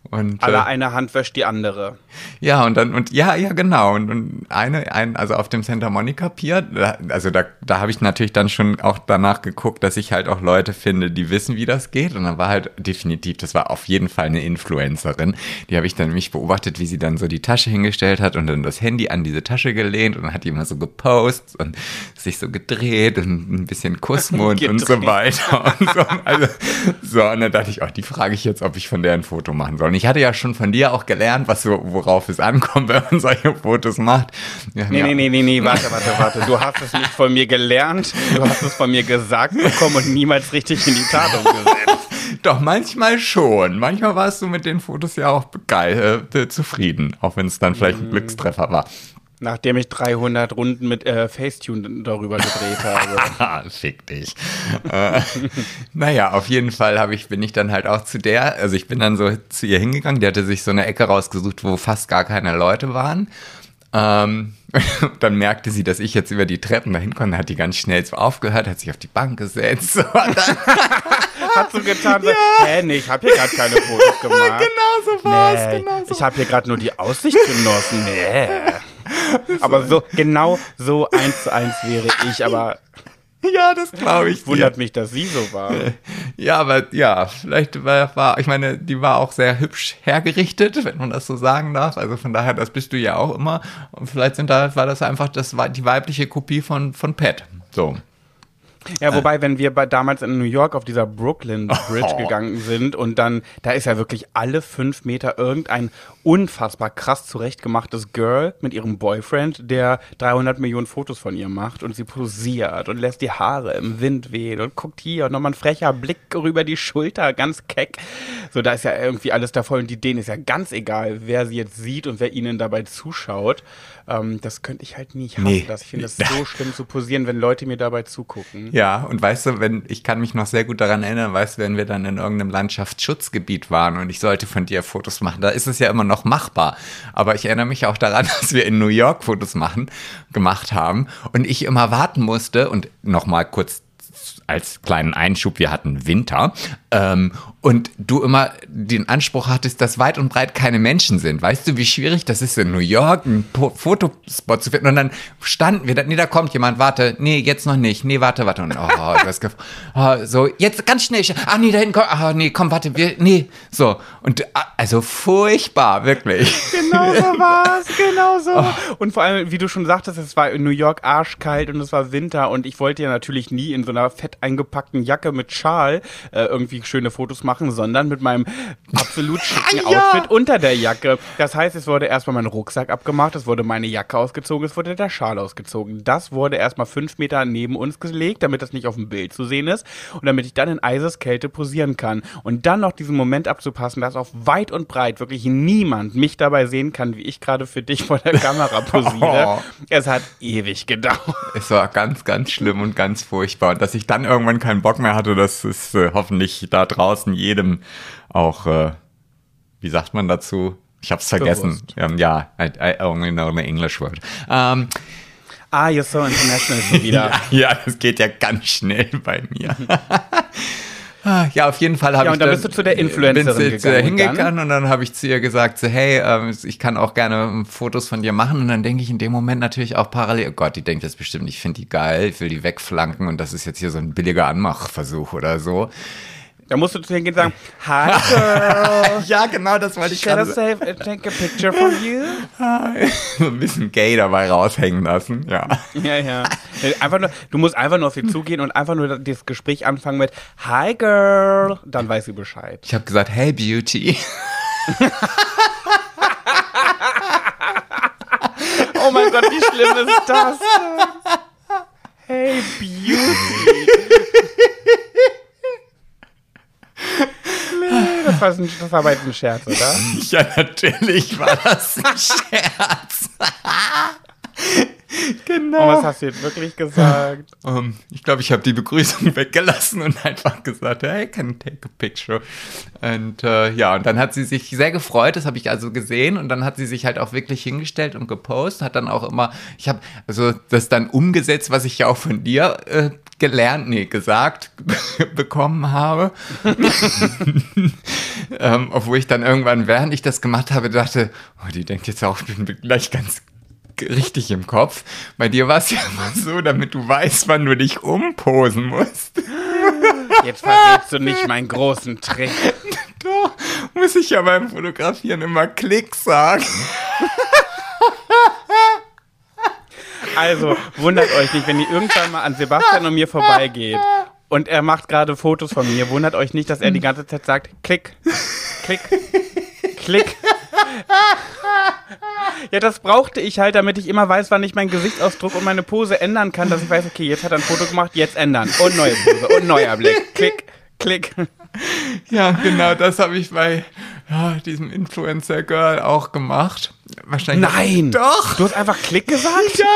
Und, eine Hand wäscht die andere. Ja, genau. Und also auf dem Santa Monica Pier, also da habe ich natürlich dann schon auch danach geguckt, dass ich halt auch Leute finde, die wissen, wie das geht. Und dann war halt definitiv, das war auf jeden Fall eine Influencerin. Die habe ich dann mich beobachtet, wie sie dann so die Tasche hingestellt hat und dann das Handy an diese Tasche gelehnt und dann hat die immer so gepostet und sich so gedreht und ein bisschen Kussmund und so weiter. Und so. Also, und dann dachte ich, die frage ich jetzt, ob ich von der ein Foto machen soll. Und ich hatte ja schon von dir auch gelernt, worauf es ankommt, wenn man solche Fotos macht. Nee, warte. Du hast es nicht von mir gelernt, du hast es von mir gesagt bekommen und niemals richtig in die Tat umgesetzt. Doch, manchmal schon. Manchmal warst du mit den Fotos ja auch zufrieden, auch wenn es dann vielleicht ein Glückstreffer war. Nachdem ich 300 Runden mit Facetune darüber gedreht habe. Fick dich. Naja, auf jeden Fall bin ich dann halt auch also ich bin dann so zu ihr hingegangen, die hatte sich so eine Ecke rausgesucht, wo fast gar keine Leute waren. Dann merkte sie, dass ich jetzt über die Treppen dahin konnte, dann hat die ganz schnell so aufgehört, hat sich auf die Bank gesetzt. So, hat so getan, so, nee, ich habe hier gerade keine Fotos gemacht. Genau so war's. Ich habe hier gerade nur die Aussicht genossen. Nee. Aber genau so 1:1 wäre ich, aber ja, das glaube ich. Wundert mich, dass sie so war. Ja, aber ja, vielleicht ich meine, die war auch sehr hübsch hergerichtet, wenn man das so sagen darf. Also von daher, das bist du ja auch immer. Und vielleicht war das einfach die weibliche Kopie von Pat. So. Ja, wobei, wenn wir damals in New York auf dieser Brooklyn Bridge gegangen sind und dann, da ist ja wirklich alle 5 Meter irgendein unfassbar krass zurechtgemachtes Girl mit ihrem Boyfriend, der 300 Millionen Fotos von ihr macht und sie posiert und lässt die Haare im Wind wehen und guckt hier und nochmal ein frecher Blick rüber die Schulter, ganz keck. So, da ist ja irgendwie alles da voll und denen ist ja ganz egal, wer sie jetzt sieht und wer ihnen dabei zuschaut. Das könnte ich halt nicht haben. Ich finde das so schlimm zu posieren, wenn Leute mir dabei zugucken. Ja, und weißt du, ich kann mich noch sehr gut daran erinnern, wenn wir dann in irgendeinem Landschaftsschutzgebiet waren und ich sollte von dir Fotos machen, da ist es ja immer noch machbar. Aber ich erinnere mich auch daran, dass wir in New York Fotos gemacht haben und ich immer warten musste und nochmal kurz als kleinen Einschub, wir hatten Winter und du immer den Anspruch hattest, dass weit und breit keine Menschen sind. Weißt du, wie schwierig das ist, in New York einen Fotospot zu finden? Und dann standen wir, da kommt jemand, warte, nee, jetzt noch nicht, nee, warte. Und so, jetzt ganz schnell, nee, da hinten, komm, warte, so. Und also furchtbar, wirklich. Genau so war's, genau so. Und vor allem, wie du schon sagtest, es war in New York arschkalt und es war Winter und ich wollte ja natürlich nie in so einer fett eingepackten Jacke mit Schal irgendwie schöne Fotos machen, sondern mit meinem absolut schicken Outfit unter der Jacke. Das heißt, es wurde erstmal mein Rucksack abgemacht, es wurde meine Jacke ausgezogen, es wurde der Schal ausgezogen. Das wurde erstmal 5 Meter neben uns gelegt, damit das nicht auf dem Bild zu sehen ist und damit ich dann in Eiseskälte posieren kann. Und dann noch diesen Moment abzupassen, dass auf weit und breit wirklich niemand mich dabei sehen kann, wie ich gerade für dich vor der Kamera posiere. Es hat ewig gedauert. Es war ganz, ganz schlimm und ganz furchtbar. Und dass ich dann irgendwann keinen Bock mehr hatte, das ist hoffentlich da draußen jedem auch, wie sagt man dazu? Ich hab's vergessen. I only know the English word. You're so international schon wieder. Ja, das geht ja ganz schnell bei mir. Ja, auf jeden Fall habe ich und dann bist du zu der Influencerin hingegangen und dann habe ich zu ihr gesagt, so, hey, ich kann auch gerne Fotos von dir machen und dann denke ich in dem Moment natürlich auch parallel, oh Gott, die denkt jetzt bestimmt, ich finde die geil, ich will die wegflanken und das ist jetzt hier so ein billiger Anmachversuch oder so. Da musst du zu denen gehen und sagen, hi girl. Ja, genau, das wollte ich gerade sagen. Take a picture for you? So ein bisschen gay dabei raushängen lassen, ja. Ja. Du musst einfach nur auf sie zugehen und einfach nur das Gespräch anfangen mit hi girl, dann weiß sie Bescheid. Ich habe gesagt, hey Beauty. Oh mein Gott, wie schlimm ist das denn? Hey Beauty. Das war aber jetzt ein Scherz, oder? Ja, natürlich war das ein Scherz. Genau. Und was hast du jetzt wirklich gesagt? Ich glaube, ich habe die Begrüßung weggelassen und einfach gesagt, hey, can I take a picture? Und und dann hat sie sich sehr gefreut, das habe ich also gesehen und dann hat sie sich halt auch wirklich hingestellt und gepostet, hat dann auch immer, ich habe also das dann umgesetzt, was ich ja auch von dir gesagt bekommen habe. Obwohl ich dann irgendwann, während ich das gemacht habe, dachte, oh, die denkt jetzt auch, ich bin gleich ganz richtig im Kopf. Bei dir war es ja immer so, damit du weißt, wann du dich umposen musst. Jetzt verrätst du nicht meinen großen Trick. Doch, muss ich ja beim Fotografieren immer Klick sagen. Also, wundert euch nicht, wenn ihr irgendwann mal an Sebastian und mir vorbeigeht und er macht gerade Fotos von mir, wundert euch nicht, dass er die ganze Zeit sagt, Klick, Klick, Klick. Ja, das brauchte ich halt, damit ich immer weiß, wann ich meinen Gesichtsausdruck und meine Pose ändern kann, dass ich weiß, okay, jetzt hat er ein Foto gemacht, jetzt ändern. Und neue Pose und neuer Blick. Klick, Klick. Ja, genau, das habe ich bei diesem Influencer-Girl auch gemacht. Wahrscheinlich. Nein! Doch! Du hast einfach Klick gesagt? Ja!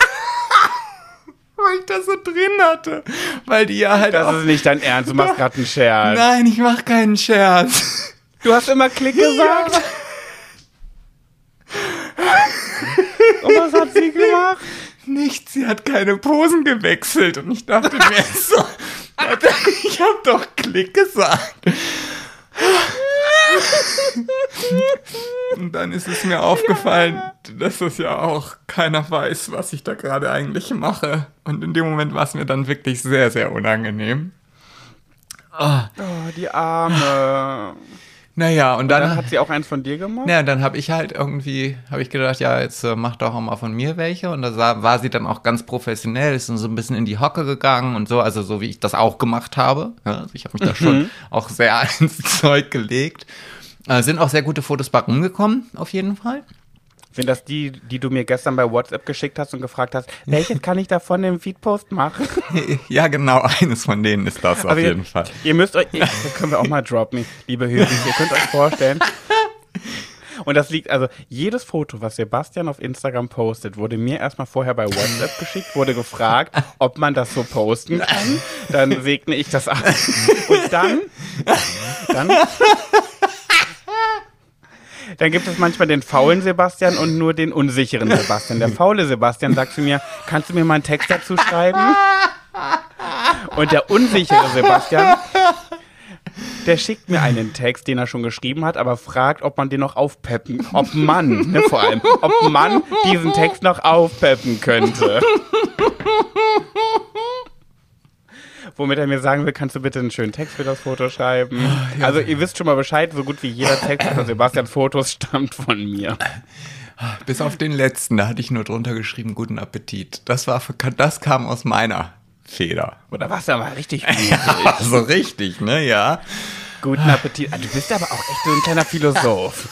Weil ich das so drin hatte. Weil die ja halt Das ist nicht dein Ernst, du machst gerade einen Scherz. Nein, ich mach keinen Scherz. Du hast immer Klick gesagt? Ja. Und was hat sie gemacht? Nichts, sie hat keine Posen gewechselt. Und ich dachte mir so, ich habe doch Klick gesagt. Und dann ist es mir aufgefallen, dass das ja auch keiner weiß, was ich da gerade eigentlich mache. Und in dem Moment war es mir dann wirklich sehr, sehr unangenehm. Oh, die Arme. Naja, und dann hat sie auch eins von dir gemacht? Ja, dann habe ich halt irgendwie, gedacht, ja, jetzt mach doch auch mal von mir welche. Und da war sie dann auch ganz professionell, ist dann so ein bisschen in die Hocke gegangen und so, also so wie ich das auch gemacht habe. Ja, also ich habe mich da schon auch sehr ins Zeug gelegt. Sind auch sehr gute Fotos bei rumgekommen, auf jeden Fall. Sind das die du mir gestern bei WhatsApp geschickt hast und gefragt hast, welches kann ich davon im Feedpost machen? Ja, genau, eines von denen ist das auf jeden Fall. Ihr müsst euch, das können wir auch mal droppen, liebe Hörer, ihr könnt euch vorstellen. Und das liegt, also jedes Foto, was Sebastian auf Instagram postet, wurde mir erstmal vorher bei WhatsApp geschickt, wurde gefragt, ob man das so posten kann. Dann segne ich das ab. Und dann gibt es manchmal den faulen Sebastian und nur den unsicheren Sebastian. Der faule Sebastian sagt zu mir, kannst du mir mal einen Text dazu schreiben? Und der unsichere Sebastian, der schickt mir einen Text, den er schon geschrieben hat, aber fragt, ob man den noch aufpeppen, ob man diesen Text noch aufpeppen könnte. Womit er mir sagen will, kannst du bitte einen schönen Text für das Foto schreiben? Ja. Also ihr wisst schon mal Bescheid, so gut wie jeder Text von Sebastians Fotos stammt von mir. Bis auf den letzten, da hatte ich nur drunter geschrieben, guten Appetit. Das kam aus meiner Feder. Oder was aber richtig gut. Ja, so richtig, ne, ja. Guten Appetit. Du bist aber auch echt so ein kleiner Philosoph.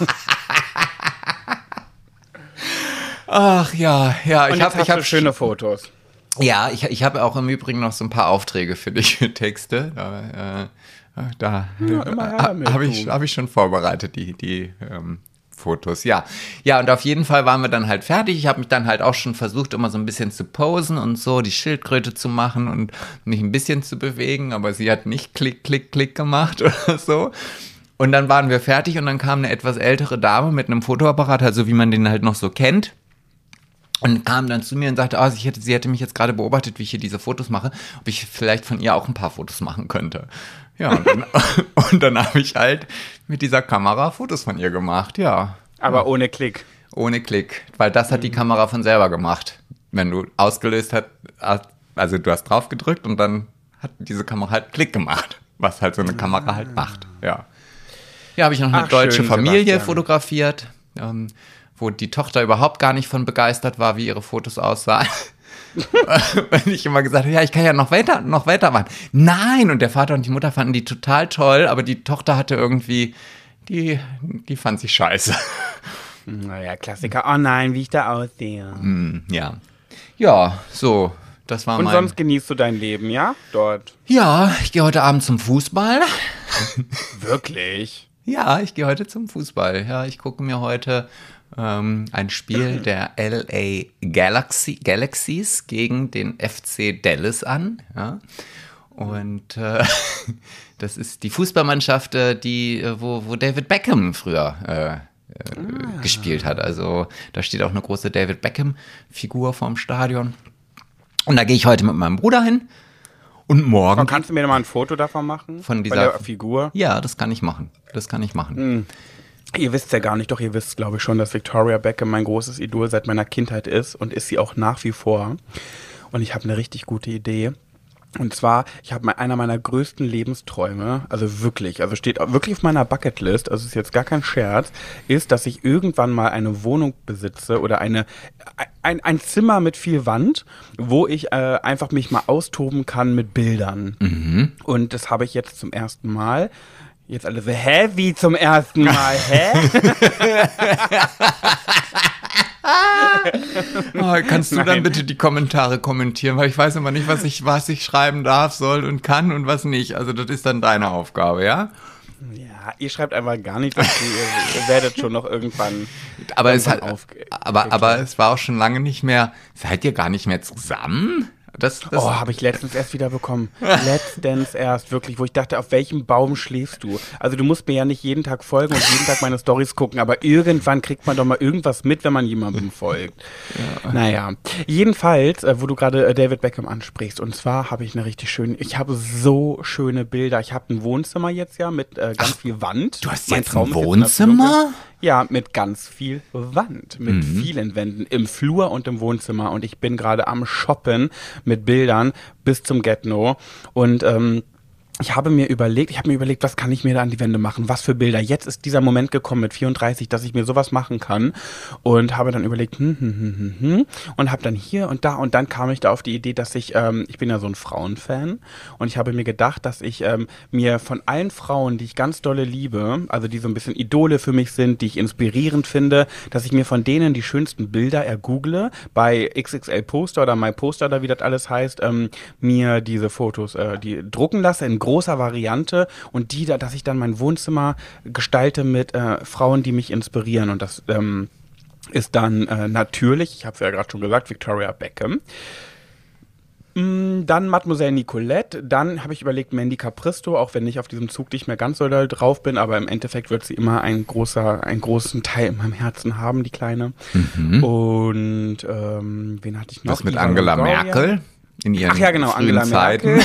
Ach ja. Und ich habe schöne Fotos. Ja, ich habe auch im Übrigen noch so ein paar Aufträge für dich für Texte. Da habe ich schon vorbereitet, die Fotos. Ja, und auf jeden Fall waren wir dann halt fertig. Ich habe mich dann halt auch schon versucht, immer so ein bisschen zu posen und so, die Schildkröte zu machen und mich ein bisschen zu bewegen, aber sie hat nicht Klick, Klick, Klick gemacht oder so. Und dann waren wir fertig und dann kam eine etwas ältere Dame mit einem Fotoapparat, also wie man den halt noch so kennt. Und kam dann zu mir und sagte, sie hätte mich jetzt gerade beobachtet, wie ich hier diese Fotos mache, ob ich vielleicht von ihr auch ein paar Fotos machen könnte. Ja, und dann habe ich halt mit dieser Kamera Fotos von ihr gemacht, ja. Aber ohne Klick. Ohne Klick, weil das hat die Kamera von selber gemacht. Wenn du ausgelöst hast, also du hast drauf gedrückt und dann hat diese Kamera halt Klick gemacht, was halt so eine Kamera halt macht, ja. Ja, habe ich noch eine deutsche Familie Sebastian fotografiert, wo die Tochter überhaupt gar nicht von begeistert war, wie ihre Fotos aussahen. Wenn ich immer gesagt habe, ja, ich kann ja noch weitermachen. Nein, und der Vater und die Mutter fanden die total toll, aber die Tochter hatte irgendwie, die fand sie scheiße. Naja, Klassiker. Oh nein, wie ich da aussehe. Ja. Ja, so, das war Und sonst genießt du dein Leben, ja? Dort. Ja, ich gehe heute Abend zum Fußball. Wirklich? Ja, ich gehe heute zum Fußball. Ja, ich gucke mir heute ein Spiel der LA Galaxies gegen den FC Dallas an. Ja. Und das ist die Fußballmannschaft, wo David Beckham früher gespielt hat. Also da steht auch eine große David Beckham-Figur vorm Stadion. Und da gehe ich heute mit meinem Bruder hin. Und morgen. Aber kannst du mir mal ein Foto davon machen? Von dieser Bei der Figur? Ja, das kann ich machen. Ihr wisst ja gar nicht, doch ihr wisst, glaube ich, schon, dass Victoria Beckham mein großes Idol seit meiner Kindheit ist und ist sie auch nach wie vor. Und ich habe eine richtig gute Idee. Und zwar, ich habe einer meiner größten Lebensträume, also wirklich, also steht wirklich auf meiner Bucketlist, also ist jetzt gar kein Scherz, ist, dass ich irgendwann mal eine Wohnung besitze oder ein Zimmer mit viel Wand, wo ich einfach mich mal austoben kann mit Bildern. Mhm. Und das habe ich jetzt zum ersten Mal. Jetzt alle so, hä, wie zum ersten Mal, hä? Oh, kannst du dann bitte die Kommentare kommentieren, weil ich weiß immer nicht, was ich schreiben darf, soll und kann und was nicht. Also das ist dann deine Aufgabe, ja? Ja, ihr schreibt einfach gar nicht dazu, ihr werdet schon noch irgendwann aber es war auch schon lange nicht mehr, seid ihr gar nicht mehr zusammen? Habe ich letztens erst wieder bekommen. Letztens erst, wirklich, wo ich dachte, auf welchem Baum schläfst du? Also du musst mir ja nicht jeden Tag folgen und jeden Tag meine Storys gucken, aber irgendwann kriegt man doch mal irgendwas mit, wenn man jemandem folgt. Ja. Naja, jedenfalls, wo du gerade David Beckham ansprichst, und zwar habe ich ich habe so schöne Bilder. Ich habe ein Wohnzimmer jetzt ja mit ganz viel Wand. Du hast jetzt ein Wohnzimmer? Ja, mit ganz viel Wand, mit vielen Wänden im Flur und im Wohnzimmer. Und ich bin gerade am Shoppen mit Bildern bis zum Get-No. Und ich habe mir überlegt, was kann ich mir da an die Wände machen? Was für Bilder? Jetzt ist dieser Moment gekommen mit 34, dass ich mir sowas machen kann. Und habe dann überlegt, und habe dann hier und da. Und dann kam ich da auf die Idee, dass ich bin ja so ein Frauenfan. Und ich habe mir gedacht, dass ich mir von allen Frauen, die ich ganz dolle liebe, also die so ein bisschen Idole für mich sind, die ich inspirierend finde, dass ich mir von denen die schönsten Bilder ergoogle, bei XXL Poster oder My Poster oder wie das alles heißt, mir diese Fotos die drucken lasse in großer Variante und dass ich dann mein Wohnzimmer gestalte mit Frauen, die mich inspirieren. Und das ist dann natürlich, ich habe es ja gerade schon gesagt, Victoria Beckham. Dann Mademoiselle Nicolette, dann habe ich überlegt Mandy Capristo, auch wenn ich auf diesem Zug nicht mehr ganz so doll drauf bin, aber im Endeffekt wird sie immer einen großen Teil in meinem Herzen haben, die Kleine. Und wen hatte ich noch? Was mit Angela Merkel? In ihren Angela Zeiten.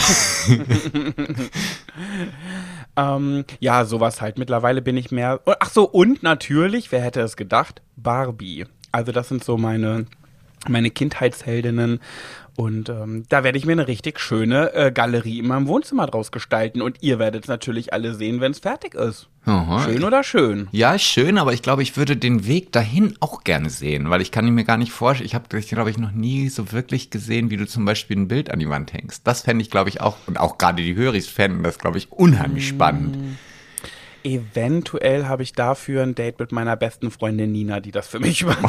Merkel. Ja, sowas halt. Mittlerweile bin ich mehr. Ach so, und natürlich, wer hätte es gedacht? Barbie. Also das sind so meine Kindheitsheldinnen. Und da werde ich mir eine richtig schöne Galerie in meinem Wohnzimmer draus gestalten. Und ihr werdet es natürlich alle sehen, wenn es fertig ist. Aha. Schön oder schön? Ja, schön, aber ich glaube, ich würde den Weg dahin auch gerne sehen, weil ich kann mir gar nicht vorstellen, ich habe, glaube ich, noch nie so wirklich gesehen, wie du zum Beispiel ein Bild an die Wand hängst. Das fände ich, glaube ich, auch, und auch gerade die Höris fänden das, glaube ich, unheimlich spannend. Eventuell habe ich dafür ein Date mit meiner besten Freundin Nina, die das für mich macht.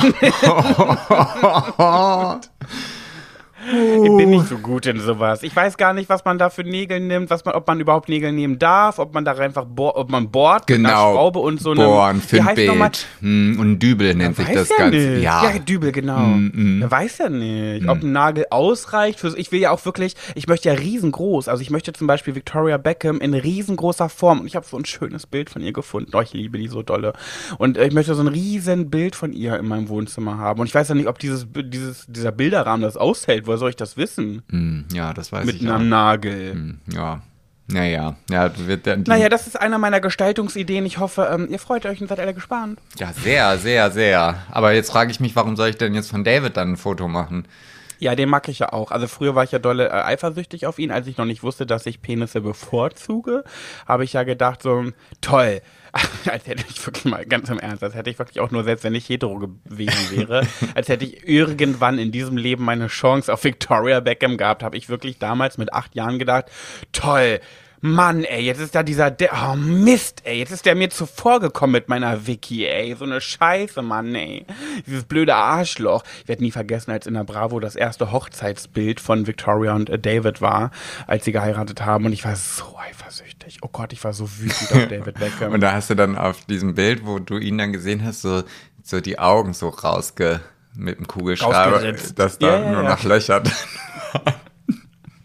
Ich bin nicht so gut in sowas. Ich weiß gar nicht, was man da für Nägel nimmt, ob man überhaupt Nägel nehmen darf, ob man da einfach ob man bohrt mit einer Schraube und so bohren für ein Bild. Und Dübel nennt sich das Ganze. Ja, Dübel, genau. Der weiß ja nicht, ob ein Nagel ausreicht. Ich will ja auch wirklich, ich möchte ja riesengroß. Also ich möchte zum Beispiel Victoria Beckham in riesengroßer Form. Und ich habe so ein schönes Bild von ihr gefunden. Oh, ich liebe die so dolle. Und ich möchte so ein riesen Bild von ihr in meinem Wohnzimmer haben. Und ich weiß ja nicht, ob dieser Bilderrahmen das aushält. Woher soll ich das wissen? Ja, das weiß ich auch. Mit einem Nagel. Ja. Naja, das ist einer meiner Gestaltungsideen. Ich hoffe, ihr freut euch und seid alle gespannt. Ja, sehr, sehr, sehr. Aber jetzt frage ich mich, warum soll ich denn jetzt von David dann ein Foto machen? Ja, den mag ich ja auch. Also früher war ich ja dolle eifersüchtig auf ihn, als ich noch nicht wusste, dass ich Penisse bevorzuge. Habe ich ja gedacht, so toll. Als hätte ich wirklich mal, ganz im Ernst, als hätte ich wirklich auch nur, selbst wenn ich hetero gewesen wäre, als hätte ich irgendwann in diesem Leben meine Chance auf Victoria Beckham gehabt, habe ich wirklich damals mit 8 Jahren gedacht, toll, Mann, ey, jetzt ist da oh Mist, ey, jetzt ist der mir zuvor gekommen mit meiner Vicky, ey, so eine Scheiße, Mann, ey, dieses blöde Arschloch. Ich werde nie vergessen, als in der Bravo das erste Hochzeitsbild von Victoria und David war, als sie geheiratet haben und ich war so eifersüchtig. Oh Gott, ich war so wütend auf David Beckham. Und da hast du dann auf diesem Bild, wo du ihn dann gesehen hast, so die Augen so mit dem Kugelschreiber, das da nur noch löchert.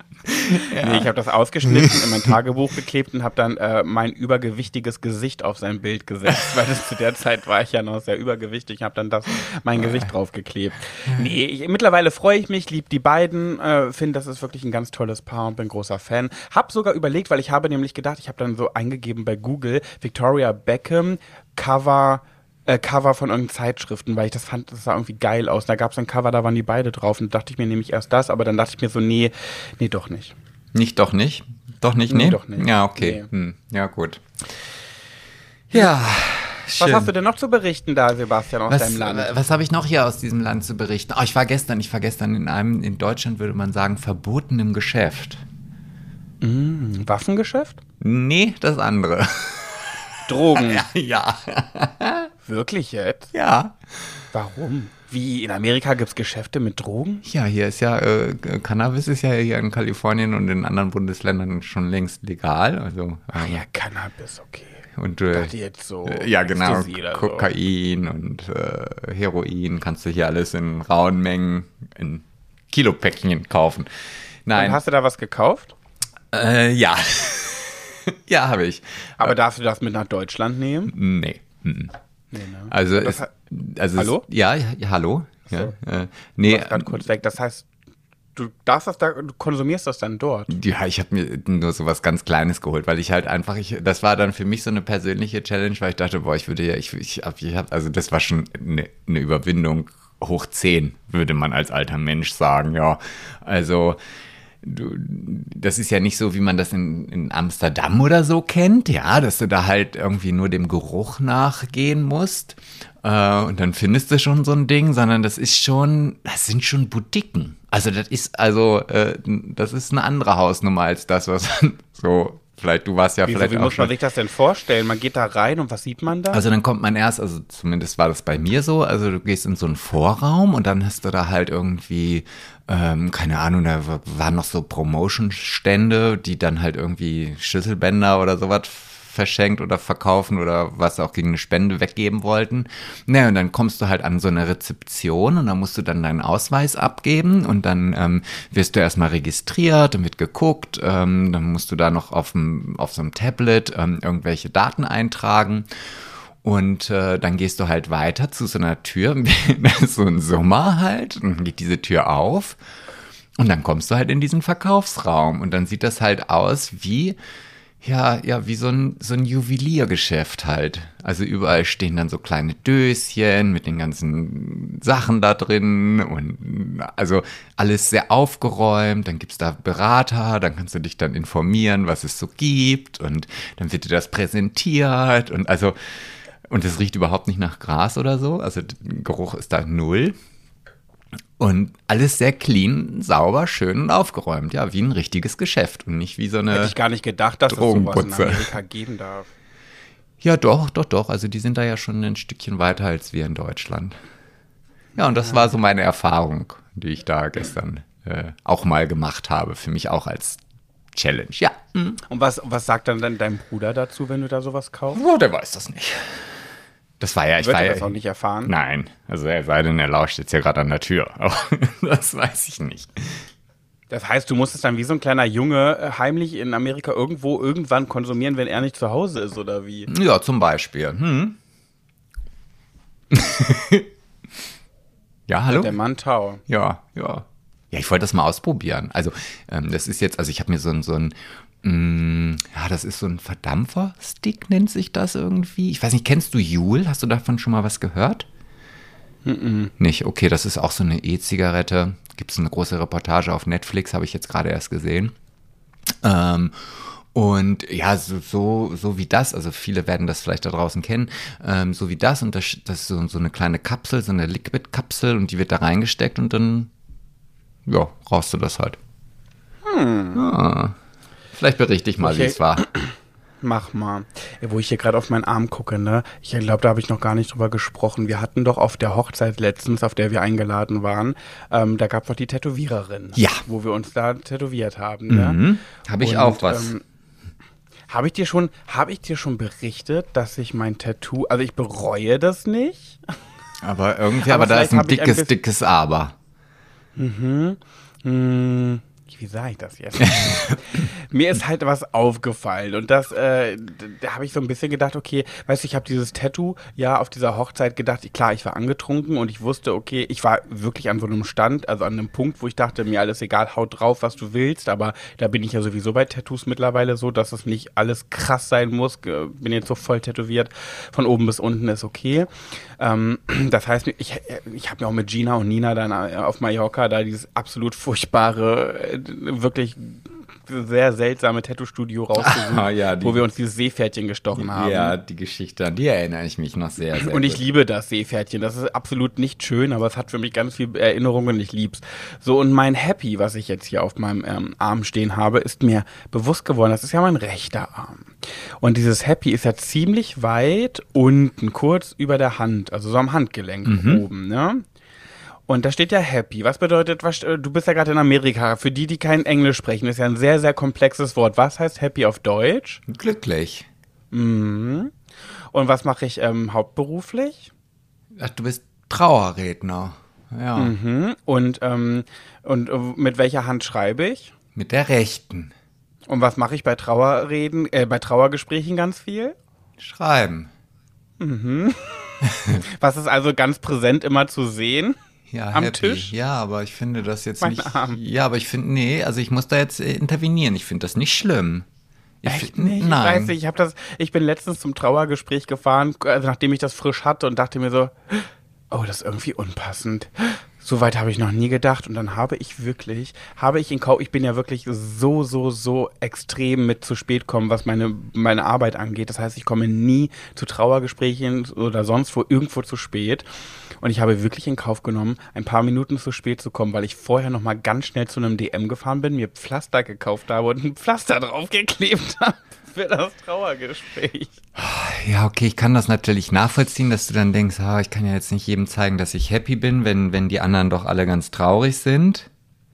Nee, ich habe das ausgeschnitten, in mein Tagebuch geklebt und habe dann mein übergewichtiges Gesicht auf sein Bild gesetzt, weil zu der Zeit war ich ja noch sehr übergewichtig, habe dann mein Gesicht draufgeklebt. Nee, mittlerweile freue ich mich, liebe die beiden, finde, das ist wirklich ein ganz tolles Paar und bin großer Fan. Hab sogar überlegt, weil ich habe nämlich gedacht, ich habe dann so eingegeben bei Google, Victoria Beckham, Cover von irgendeinen Zeitschriften, weil ich das fand, das sah irgendwie geil aus. Da gab es ein Cover, da waren die beide drauf und dachte ich mir nämlich erst das, aber dann dachte ich mir so, nee, doch nicht. Nicht, doch nicht? Doch nicht, nee? Doch nicht. Ja, okay. Nee. Ja, gut. Ja, schön. Was hast du denn noch zu berichten da, Sebastian, aus deinem Land? Was habe ich noch hier aus diesem Land zu berichten? Oh, ich war gestern in einem, in Deutschland würde man sagen, verbotenem Geschäft. Waffengeschäft? Nee, das andere. Drogen. Ja. Wirklich jetzt? Ja. Warum? Wie, in Amerika gibt es Geschäfte mit Drogen? Ja, hier ist ja, Cannabis ist ja hier in Kalifornien und in anderen Bundesländern schon längst legal. Also, Ach ja, Cannabis, okay. Und dachte jetzt so. ja, genau, so. Kokain und Heroin kannst du hier alles in rauen Mengen in Kilopäckchen kaufen. Nein. Und hast du da was gekauft? Ja. Ja, habe ich. Aber darfst du das mit nach Deutschland nehmen? Nee. Nee, ne? Also, hallo? Ja, hallo. So. Ja, nee. Gerade kurz weg. Das heißt, du konsumierst das dann dort? Ja, ich habe mir nur so was ganz Kleines geholt, weil ich halt einfach, das war dann für mich so eine persönliche Challenge, weil ich dachte, boah, also das war schon eine Überwindung hoch 10, würde man als alter Mensch sagen, ja. Also, das ist ja nicht so, wie man das in Amsterdam oder so kennt, ja, dass du da halt irgendwie nur dem Geruch nachgehen musst und dann findest du schon so ein Ding, sondern das sind schon Boutiquen. Also das ist eine andere Hausnummer als das, was so, vielleicht, du warst ja Wieso, vielleicht wie auch muss man schon. sich das denn vorstellen? Man geht da rein und was sieht man da? Also dann kommt man erst, also zumindest war das bei mir so, also du gehst in so einen Vorraum und dann hast du da halt irgendwie, keine Ahnung, da waren noch so Promotion-Stände, die dann halt irgendwie Schlüsselbänder oder sowas verschenkt oder verkaufen oder was auch gegen eine Spende weggeben wollten. Naja, und dann kommst du halt an so eine Rezeption und dann musst du dann deinen Ausweis abgeben und dann wirst du erstmal registriert und wird geguckt, dann musst du da noch auf so einem Tablet irgendwelche Daten eintragen. Und dann gehst du halt weiter zu so einer Tür, das ist so ein Sommer halt, und dann geht diese Tür auf und dann kommst du halt in diesen Verkaufsraum und dann sieht das halt aus wie wie so ein Juweliergeschäft halt. Also überall stehen dann so kleine Döschen mit den ganzen Sachen da drin und also alles sehr aufgeräumt. Dann gibt's da Berater, dann kannst du dich dann informieren, was es so gibt und dann wird dir das präsentiert und es riecht überhaupt nicht nach Gras oder so. Also der Geruch ist da null. Und alles sehr clean, sauber, schön und aufgeräumt. Ja, wie ein richtiges Geschäft und nicht wie so eine Hätte ich gar nicht gedacht, dass es sowas in Drogenputze. Amerika geben darf. Ja, doch. Also die sind da ja schon ein Stückchen weiter als wir in Deutschland. Ja, und das war so meine Erfahrung, die ich da gestern auch mal gemacht habe. Für mich auch als Challenge, ja. Und was sagt dann dein Bruder dazu, wenn du da sowas kaufst? Oh, der weiß das nicht. Das war ja, Wird er das auch nicht erfahren? Nein, also er sei denn, er lauscht jetzt ja gerade an der Tür. Aber das weiß ich nicht. Das heißt, du musst es dann wie so ein kleiner Junge heimlich in Amerika irgendwann konsumieren, wenn er nicht zu Hause ist, oder wie? Ja, zum Beispiel. Ja, hallo? Der Mann Tau. Ja. Ja, ich wollte das mal ausprobieren. Also, das ist jetzt, also ich habe mir so ein das ist so ein Verdampfer-Stick, nennt sich das irgendwie. Ich weiß nicht, kennst du Juul? Hast du davon schon mal was gehört? Nicht? Okay, das ist auch so eine E-Zigarette. Gibt es eine große Reportage auf Netflix, habe ich jetzt gerade erst gesehen. Und ja, so wie das, also viele werden das vielleicht da draußen kennen, so wie das und das ist so eine kleine Kapsel, so eine Liquid-Kapsel und die wird da reingesteckt und dann, ja, rauchst du das halt. Vielleicht berichte ich mal, wie es war. Mach mal. Ja, wo ich hier gerade auf meinen Arm gucke, ne? Ich glaube, da habe ich noch gar nicht drüber gesprochen. Wir hatten doch auf der Hochzeit letztens, auf der wir eingeladen waren, da gab es doch die Tätowiererin. Ja. Wo wir uns da tätowiert haben. Ne? Habe ich auch was. Habe ich dir schon berichtet, dass ich mein Tattoo, also ich bereue das nicht. Aber irgendwie, aber da ist ein dickes Aber. wie sage ich das jetzt? Mir ist halt was aufgefallen und da habe ich so ein bisschen gedacht, okay, weißt du, ich habe dieses Tattoo ja auf dieser Hochzeit gedacht, klar, ich war angetrunken und ich wusste, okay, ich war wirklich an so einem Stand, also an einem Punkt, wo ich dachte, mir alles egal, haut drauf, was du willst, aber da bin ich ja sowieso bei Tattoos mittlerweile so, dass es nicht alles krass sein muss, bin jetzt so voll tätowiert, von oben bis unten ist okay. Das heißt, ich habe mir auch mit Gina und Nina dann auf Mallorca da dieses absolut furchtbare, wirklich sehr seltsame Tattoo-Studio rausgesucht, ja, wo wir uns dieses Seepferdchen gestochen haben. Ja, die Geschichte, an die erinnere ich mich noch sehr, sehr Und ich gut. liebe das Seepferdchen. Das ist absolut nicht schön, aber es hat für mich ganz viel Erinnerungen und ich lieb's. So, und mein Happy, was ich jetzt hier auf meinem Arm stehen habe, ist mir bewusst geworden, das ist ja mein rechter Arm. Und dieses Happy ist ja ziemlich weit unten, kurz über der Hand, also so am Handgelenk oben, ne? Und da steht ja Happy. Was bedeutet, du bist ja gerade in Amerika. Für die kein Englisch sprechen, ist ja ein sehr, sehr komplexes Wort. Was heißt Happy auf Deutsch? Glücklich. Mhm. Und was mache ich hauptberuflich? Ach, du bist Trauerredner. Ja. Mhm. Und mit welcher Hand schreibe ich? Mit der rechten. Und was mache ich bei bei Trauergesprächen ganz viel? Schreiben. Was ist also ganz präsent immer zu sehen? Ja, Am happy. Tisch? Ja, aber ich finde das jetzt Mein nicht. Arm. Ja, aber ich finde, nee, also ich muss da jetzt intervenieren. Ich finde das nicht schlimm. Echt nicht? Nein. Ich weiß nicht, ich bin letztens zum Trauergespräch gefahren, also nachdem ich das frisch hatte und dachte mir so, oh, das ist irgendwie unpassend. So weit habe ich noch nie gedacht und dann ich bin ja wirklich so extrem mit zu spät kommen, was meine Arbeit angeht. Das heißt, ich komme nie zu Trauergesprächen oder sonst wo irgendwo zu spät. Und ich habe wirklich in Kauf genommen, ein paar Minuten zu spät zu kommen, weil ich vorher noch mal ganz schnell zu einem DM gefahren bin, mir Pflaster gekauft habe und ein Pflaster draufgeklebt habe für das Trauergespräch. Ja, okay, ich kann das natürlich nachvollziehen, dass du dann denkst, ich kann ja jetzt nicht jedem zeigen, dass ich happy bin, wenn die anderen doch alle ganz traurig sind.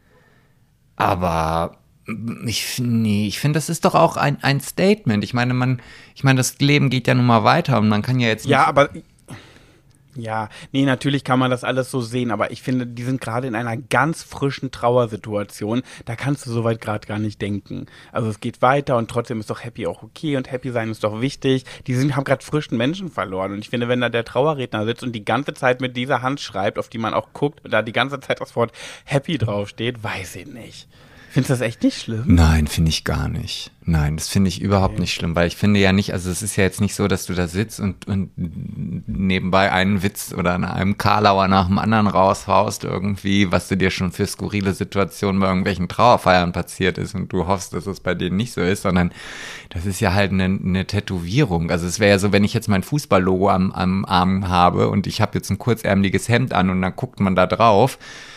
Aber ich finde, das ist doch auch ein Statement. Ich meine, das Leben geht ja nun mal weiter und man kann ja jetzt nicht. Ja, nee, natürlich kann man das alles so sehen, aber ich finde, die sind gerade in einer ganz frischen Trauersituation. Da kannst du soweit gerade gar nicht denken. Also es geht weiter und trotzdem ist doch Happy auch okay und Happy sein ist doch wichtig. Haben gerade frischen Menschen verloren und ich finde, wenn da der Trauerredner sitzt und die ganze Zeit mit dieser Hand schreibt, auf die man auch guckt und da die ganze Zeit das Wort Happy draufsteht, weiß ich nicht. Findest du das echt nicht schlimm? Nein, finde ich gar nicht. Nein, das finde ich überhaupt nicht schlimm, weil ich finde ja nicht, also es ist ja jetzt nicht so, dass du da sitzt und nebenbei einen Witz oder einen Karlauer nach dem anderen raushaust irgendwie, was du dir schon für skurrile Situationen bei irgendwelchen Trauerfeiern passiert ist und du hoffst, dass es bei denen nicht so ist, sondern das ist ja halt eine Tätowierung. Also es wäre ja so, wenn ich jetzt mein Fußballlogo am Arm habe und ich habe jetzt ein kurzärmeliges Hemd an und dann guckt man da drauf,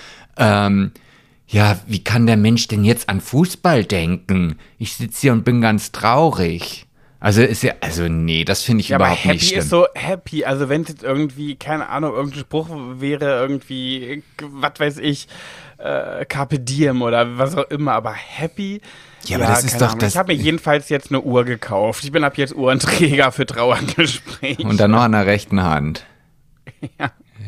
ja, wie kann der Mensch denn jetzt an Fußball denken? Ich sitze hier und bin ganz traurig. Nee, das finde ich überhaupt nicht schlimm. Happy ist so happy. Also wenn es jetzt irgendwie, keine Ahnung, irgendein Spruch wäre irgendwie, was weiß ich, Carpe Diem oder was auch immer, aber happy. Ja, aber das ist doch das. Ich habe mir jedenfalls jetzt eine Uhr gekauft. Ich bin ab jetzt Uhrenträger für Trauergespräche. Und dann noch an der rechten Hand. Ja.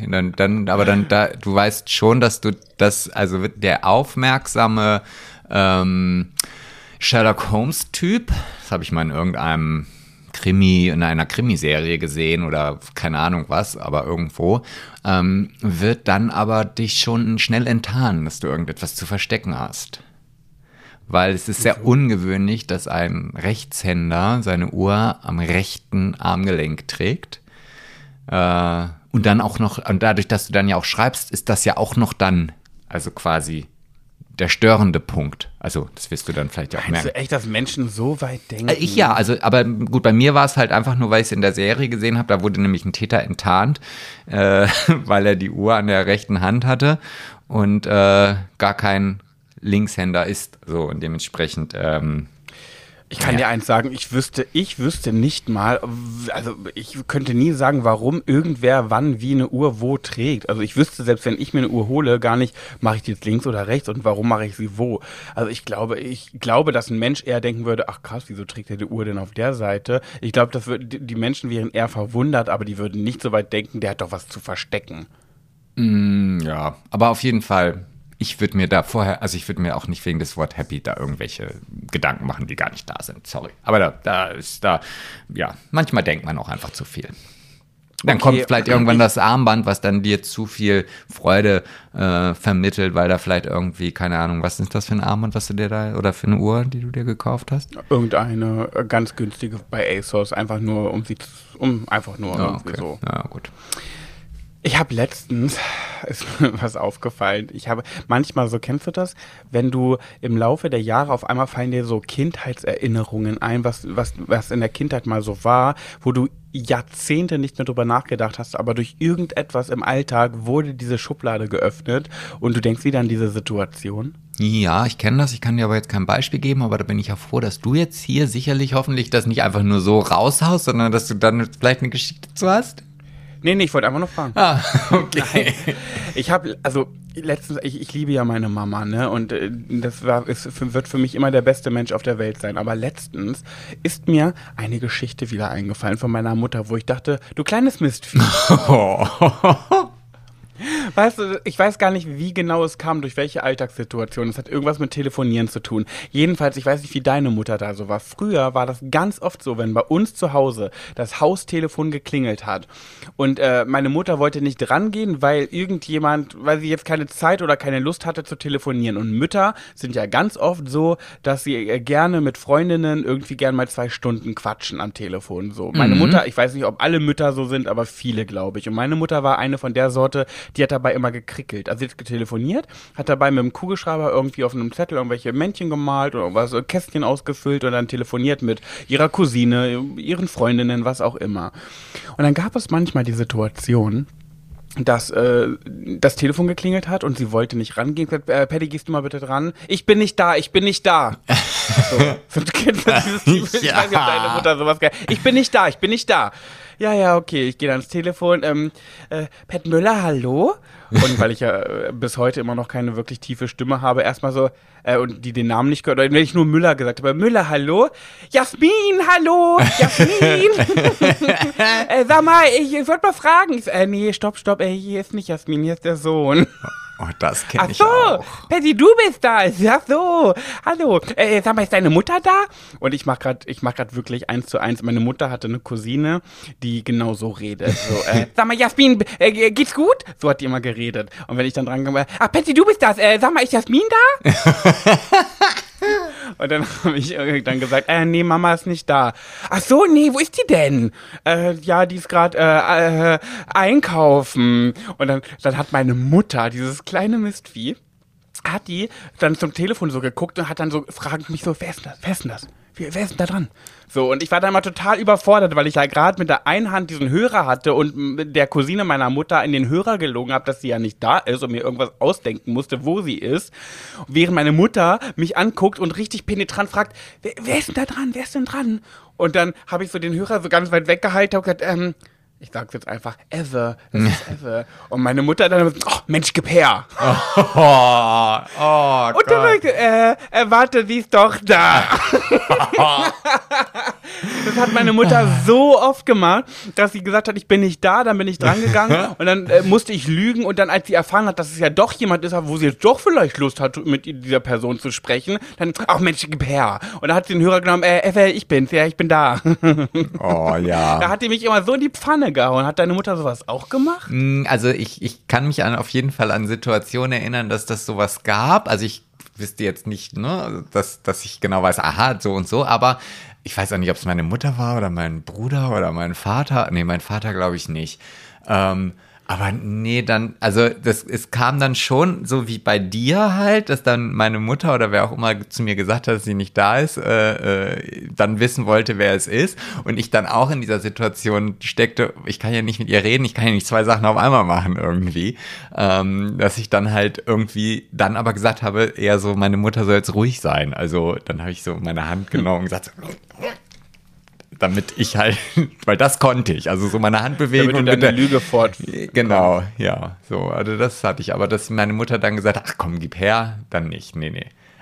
Du weißt schon, dass du das, also der aufmerksame Sherlock Holmes-Typ, das habe ich mal in irgendeinem in einer Krimiserie gesehen oder keine Ahnung was, aber irgendwo, wird dann aber dich schon schnell enttarnen, dass du irgendetwas zu verstecken hast. Weil es ist sehr ungewöhnlich, dass ein Rechtshänder seine Uhr am rechten Armgelenk trägt. Und dann auch noch, und dadurch, dass du dann ja auch schreibst, ist das ja auch noch dann, also quasi der störende Punkt. Also, das wirst du dann vielleicht ja auch merken. Meinst du echt, dass Menschen so weit denken? Aber gut, bei mir war es halt einfach nur, weil ich es in der Serie gesehen habe, da wurde nämlich ein Täter enttarnt, weil er die Uhr an der rechten Hand hatte und gar kein Linkshänder ist, so, und dementsprechend, ich kann dir eins sagen, ich wüsste nicht mal, also ich könnte nie sagen, warum irgendwer wann wie eine Uhr wo trägt. Also ich wüsste, selbst wenn ich mir eine Uhr hole, gar nicht, mache ich die jetzt links oder rechts und warum mache ich sie wo. Also ich glaube, dass ein Mensch eher denken würde, ach krass, wieso trägt er die Uhr denn auf der Seite? Ich glaube, die Menschen wären eher verwundert, aber die würden nicht so weit denken, der hat doch was zu verstecken. ja, aber auf jeden Fall ich würde mir da vorher, also ich würde mir auch nicht wegen des Wort happy da irgendwelche Gedanken machen, die gar nicht da sind. Sorry. Aber manchmal denkt man auch einfach zu viel. Dann kommt vielleicht irgendwann das Armband, was dann dir zu viel Freude vermittelt, weil da vielleicht irgendwie, keine Ahnung, was ist das für ein Armband, was du dir da, oder für eine Uhr, die du dir gekauft hast? Irgendeine ganz günstige bei ASOS, einfach nur irgendwie so. Ja, gut. Ich habe letztens, ist mir was aufgefallen, manchmal so, kennst du das, wenn du im Laufe der Jahre auf einmal fallen dir so Kindheitserinnerungen ein, was in der Kindheit mal so war, wo du Jahrzehnte nicht mehr drüber nachgedacht hast, aber durch irgendetwas im Alltag wurde diese Schublade geöffnet und du denkst wieder an diese Situation? Ja, ich kenne das, ich kann dir aber jetzt kein Beispiel geben, aber da bin ich ja froh, dass du jetzt hier sicherlich hoffentlich das nicht einfach nur so raushaust, sondern dass du dann vielleicht eine Geschichte dazu hast. Nee, ich wollte einfach nur fragen. Ah, okay. Ich liebe ja meine Mama, ne? Und wird für mich immer der beste Mensch auf der Welt sein. Aber letztens ist mir eine Geschichte wieder eingefallen von meiner Mutter, wo ich dachte, du kleines Mistvieh. Weißt du, ich weiß gar nicht, wie genau es kam, durch welche Alltagssituation. Es hat irgendwas mit Telefonieren zu tun. Jedenfalls, ich weiß nicht, wie deine Mutter da so war. Früher war das ganz oft so, wenn bei uns zu Hause das Haustelefon geklingelt hat und meine Mutter wollte nicht rangehen, weil sie jetzt keine Zeit oder keine Lust hatte zu telefonieren. Und Mütter sind ja ganz oft so, dass sie gerne mit Freundinnen irgendwie gern mal 2 Stunden quatschen am Telefon. So. Meine Mutter, ich weiß nicht, ob alle Mütter so sind, aber viele, glaube ich. Und meine Mutter war eine von der Sorte, die hat dabei immer gekrickelt. Also sie hat getelefoniert, hat dabei mit dem Kugelschreiber irgendwie auf einem Zettel irgendwelche Männchen gemalt oder irgendwas, Kästchen ausgefüllt und dann telefoniert mit ihrer Cousine, ihren Freundinnen, was auch immer. Und dann gab es manchmal die Situation, dass das Telefon geklingelt hat und sie wollte nicht rangehen. Paddy, gehst du mal bitte dran? Ich bin nicht da. So, du kennst dieses Typ, ich weiß nicht, ob deine Mutter sowas geil. Ich bin nicht da. Ja, okay, ich gehe dann ans Telefon. Pat Müller, hallo? Und weil ich ja bis heute immer noch keine wirklich tiefe Stimme habe, erstmal so, und die den Namen nicht gehört, oder wenn ich nur Müller gesagt habe, Müller, hallo? Jasmin, hallo? Jasmin? Sag mal, ich wollte mal fragen. Nee, stopp, hier ist nicht Jasmin, hier ist der Sohn. Oh, das kenne ich auch. Ach so, Patty, du bist da. Ja so, hallo. Sag mal, ist deine Mutter da? Und ich mach grad wirklich 1:1. Meine Mutter hatte eine Cousine, die genau so redet. So, sag mal, Jasmin, geht's gut? So hat die immer geredet. Und wenn ich dann dran komme, ach, Patty, du bist das. Sag mal, ist Jasmin da? Und dann habe ich dann gesagt, nee, Mama ist nicht da. Ach so, nee, wo ist die denn? Ja, die ist gerade einkaufen. Und dann hat meine Mutter, dieses kleine Mistvieh, hat die dann zum Telefon so geguckt und hat dann so, fragt mich so, wer ist denn das? Wer ist denn da dran? So, und ich war dann mal total überfordert, weil ich ja gerade mit der einen Hand diesen Hörer hatte und mit der Cousine meiner Mutter in den Hörer gelogen habe, dass sie ja nicht da ist und mir irgendwas ausdenken musste, wo sie ist. Während meine Mutter mich anguckt und richtig penetrant fragt, wer ist denn da dran? Wer ist denn dran? Und dann habe ich so den Hörer so ganz weit weggehalten und gesagt, ich sag's jetzt einfach, Ever. Das ist Ever. Und meine Mutter dann, Mensch, gib her. Und dann sagte, warte, sie ist doch da. Das hat meine Mutter so oft gemacht, dass sie gesagt hat, ich bin nicht da, dann bin ich drangegangen und dann musste ich lügen und dann, als sie erfahren hat, dass es ja doch jemand ist, wo sie jetzt doch vielleicht Lust hat, mit dieser Person zu sprechen, dann, ach Mensch, gib her. Und dann hat sie den Hörer genommen, Ever, ich bin's, ja, ich bin da. Oh ja. Da hat die mich immer so in die Pfanne gehauen. Hat deine Mutter sowas auch gemacht? Also ich kann mich auf jeden Fall an Situationen erinnern, dass das sowas gab. Also ich wüsste jetzt nicht, ne, dass ich genau weiß, aha, so und so, aber ich weiß auch nicht, ob es meine Mutter war oder mein Bruder oder mein Vater. Nee, mein Vater glaube ich nicht. Aber nee, dann, also es kam dann schon so wie bei dir halt, dass dann meine Mutter oder wer auch immer zu mir gesagt hat, dass sie nicht da ist, dann wissen wollte, wer es ist. Und ich dann auch in dieser Situation steckte, ich kann ja nicht mit ihr reden, ich kann ja nicht 2 Sachen auf einmal machen irgendwie. Dass ich dann halt irgendwie dann aber gesagt habe, eher so, meine Mutter soll jetzt ruhig sein. Also dann habe ich so meine Hand genommen und gesagt, damit ich halt, weil das konnte ich, also so meine Hand bewegen damit und du mit der Lüge fort. Genau, ja, so, also das hatte ich, aber dass meine Mutter dann gesagt hat, ach komm, gib her, dann nicht, nee.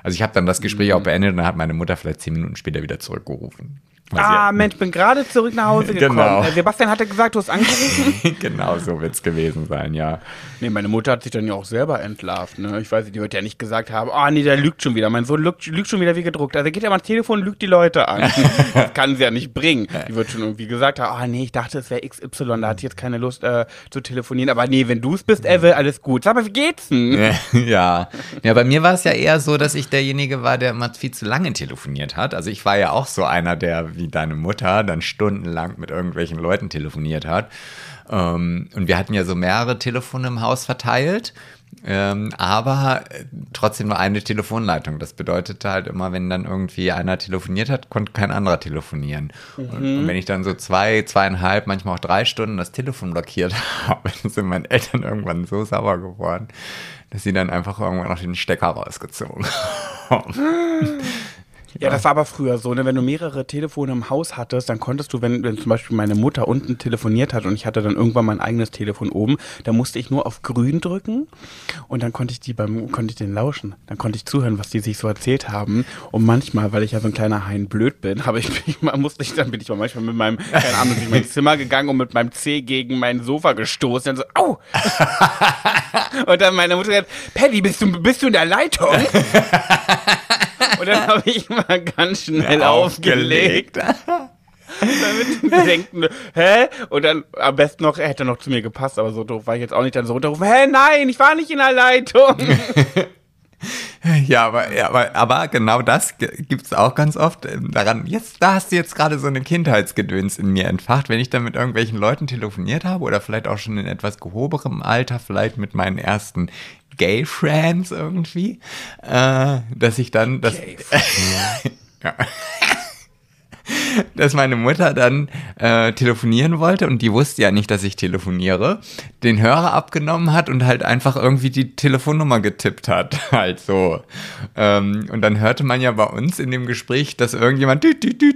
Also ich habe dann das Gespräch auch beendet und dann hat meine Mutter vielleicht 10 Minuten später wieder zurückgerufen. Mensch, bin gerade zurück nach Hause gekommen. Genau. Sebastian hatte gesagt, du hast angerufen. Genau, so wird es gewesen sein, ja. Nee, meine Mutter hat sich dann ja auch selber entlarvt, ne? Ich weiß nicht, die wird ja nicht gesagt haben, nee, der lügt schon wieder. Mein Sohn lügt schon wieder wie gedruckt. Also er geht ja mal ans Telefon und lügt die Leute an. Das kann sie ja nicht bringen. Die wird schon irgendwie gesagt haben, nee, ich dachte, es wäre XY, da hat sie jetzt keine Lust zu telefonieren. Aber nee, wenn du es bist, Evel, alles gut. Sag mal, wie geht's denn? Ja, bei mir war es ja eher so, dass ich derjenige war, der immer viel zu lange telefoniert hat. Also ich war ja auch so einer, der wie deine Mutter dann stundenlang mit irgendwelchen Leuten telefoniert hat. Und wir hatten ja so mehrere Telefone im Haus verteilt, aber trotzdem nur eine Telefonleitung. Das bedeutete halt immer, wenn dann irgendwie einer telefoniert hat, konnte kein anderer telefonieren. Und wenn ich dann so 2,5, manchmal auch 3 Stunden das Telefon blockiert habe, dann sind meine Eltern irgendwann so sauer geworden, dass sie dann einfach irgendwann noch den Stecker rausgezogen haben. Ja, das war aber früher so, ne? Wenn du mehrere Telefone im Haus hattest, dann konntest du, wenn zum Beispiel meine Mutter unten telefoniert hat und ich hatte dann irgendwann mein eigenes Telefon oben, da musste ich nur auf grün drücken und dann konnte ich den lauschen. Dann konnte ich zuhören, was die sich so erzählt haben. Und manchmal, weil ich ja so ein kleiner Hein blöd bin, bin ich manchmal mit meinem, keine Ahnung, durch mein Zimmer gegangen und mit meinem Zeh gegen mein Sofa gestoßen. Dann so, au! Und dann meine Mutter gesagt, Paddy, bist du in der Leitung? Und dann habe ich mal ganz schnell aufgelegt. Damit die denken, hä? Und dann am besten noch, er hätte noch zu mir gepasst, aber so doof war ich jetzt auch nicht, dann so runterrufen, hä, nein, ich war nicht in der Leitung. Ja, aber genau das gibt's auch ganz oft daran. Da hast du jetzt gerade so eine Kindheitsgedöns in mir entfacht, wenn ich dann mit irgendwelchen Leuten telefoniert habe oder vielleicht auch schon in etwas gehobenerem Alter, vielleicht mit meinen ersten Gay Friends irgendwie, dass ich dann ja. Dass meine Mutter dann telefonieren wollte und die wusste ja nicht, dass ich telefoniere, den Hörer abgenommen hat und halt einfach irgendwie die Telefonnummer getippt hat, halt so. Und dann hörte man ja bei uns in dem Gespräch, dass irgendjemand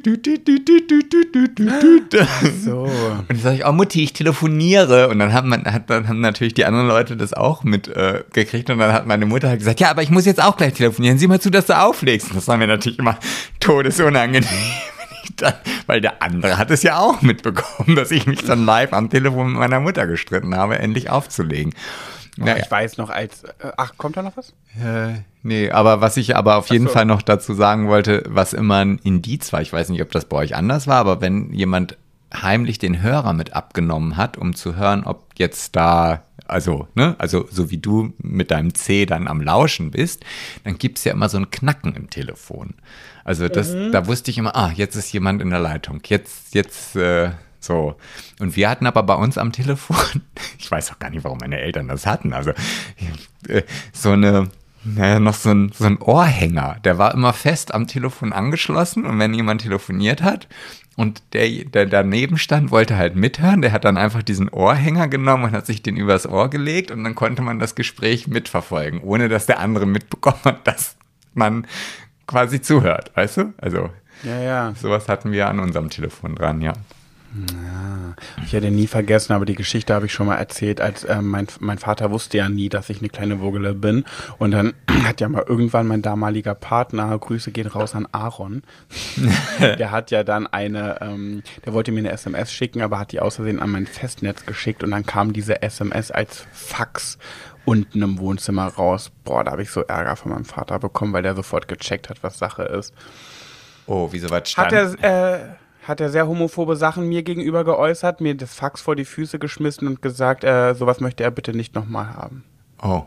so. Und dann sage ich, Mutti, ich telefoniere. Und dann haben natürlich die anderen Leute das auch mitgekriegt und dann hat meine Mutter halt gesagt, ja, aber ich muss jetzt auch gleich telefonieren, sieh mal zu, dass du auflegst. Und das war mir natürlich immer todesunangenehm. Weil der andere hat es ja auch mitbekommen, dass ich mich dann live am Telefon mit meiner Mutter gestritten habe, endlich aufzulegen. Naja. Ich weiß noch kommt da noch was? Nee, aber was ich aber auf jeden Fall noch dazu sagen wollte, was immer ein Indiz war, ich weiß nicht, ob das bei euch anders war, aber wenn jemand heimlich den Hörer mit abgenommen hat, um zu hören, ob jetzt da, also so wie du mit deinem C dann am Lauschen bist, dann gibt's ja immer so ein Knacken im Telefon. Also da wusste ich immer, jetzt ist jemand in der Leitung, jetzt so. Und wir hatten aber bei uns am Telefon, ich weiß auch gar nicht, warum meine Eltern das hatten, also so ein Ohrhänger, der war immer fest am Telefon angeschlossen und wenn jemand telefoniert hat und der daneben stand, wollte halt mithören, der hat dann einfach diesen Ohrhänger genommen und hat sich den übers Ohr gelegt und dann konnte man das Gespräch mitverfolgen, ohne dass der andere mitbekommen hat, dass man quasi zuhört, weißt du? Also ja. Sowas hatten wir an unserem Telefon dran, ja. Ja, ich werde nie vergessen, aber die Geschichte habe ich schon mal erzählt, als mein Vater wusste ja nie, dass ich eine kleine Vogele bin und dann hat ja mal irgendwann mein damaliger Partner, Grüße gehen raus an Aaron, der hat ja dann der wollte mir eine SMS schicken, aber hat die aus Versehen an mein Festnetz geschickt und dann kam diese SMS als Fax unten im Wohnzimmer raus. Boah, da habe ich so Ärger von meinem Vater bekommen, weil der sofort gecheckt hat, was Sache ist. Oh, wieso was stand? Hat er sehr homophobe Sachen mir gegenüber geäußert, mir das Fax vor die Füße geschmissen und gesagt, sowas möchte er bitte nicht nochmal haben. Oh.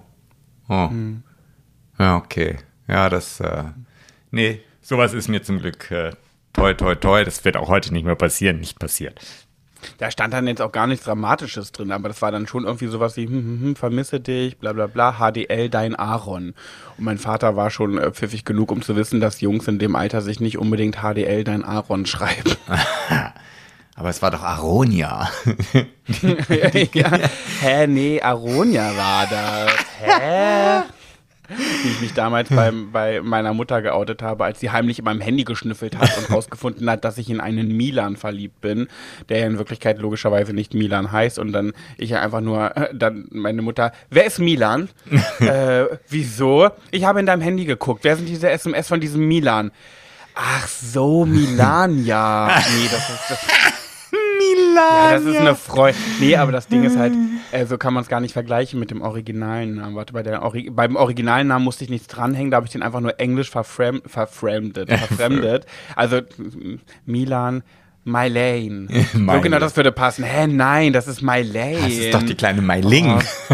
Ja, okay. Ja, nee, sowas ist mir zum Glück toi, toi, toi, das wird auch heute nicht mehr passieren, nicht passiert. Da stand dann jetzt auch gar nichts Dramatisches drin, aber das war dann schon irgendwie sowas wie, vermisse dich, bla bla bla, HDL, dein Aaron. Und mein Vater war schon pfiffig genug, um zu wissen, dass Jungs in dem Alter sich nicht unbedingt HDL, dein Aaron schreiben. Aber es war doch Aronia. Ja. Hä, nee, Aronia war das. Hä? Wie ich mich damals bei meiner Mutter geoutet habe, als sie heimlich in meinem Handy geschnüffelt hat und rausgefunden hat, dass ich in einen Milan verliebt bin, der ja in Wirklichkeit logischerweise nicht Milan heißt. Und dann ich ja einfach nur, dann meine Mutter, wer ist Milan? Wieso? Ich habe in deinem Handy geguckt. Wer sind diese SMS von diesem Milan? Ach so, Milan, ja. Nee, das ist... Ja, das ist eine Freude. Nee, aber das Ding ist halt, so kann man es gar nicht vergleichen mit dem originalen Namen. Warte, beim originalen Namen musste ich nichts dranhängen, da habe ich den einfach nur englisch verfremdet. Also Milan, Mylane. So genau, das würde passen. Hä, nein, das ist Mylane. Das ist doch die kleine Meiling. Oh.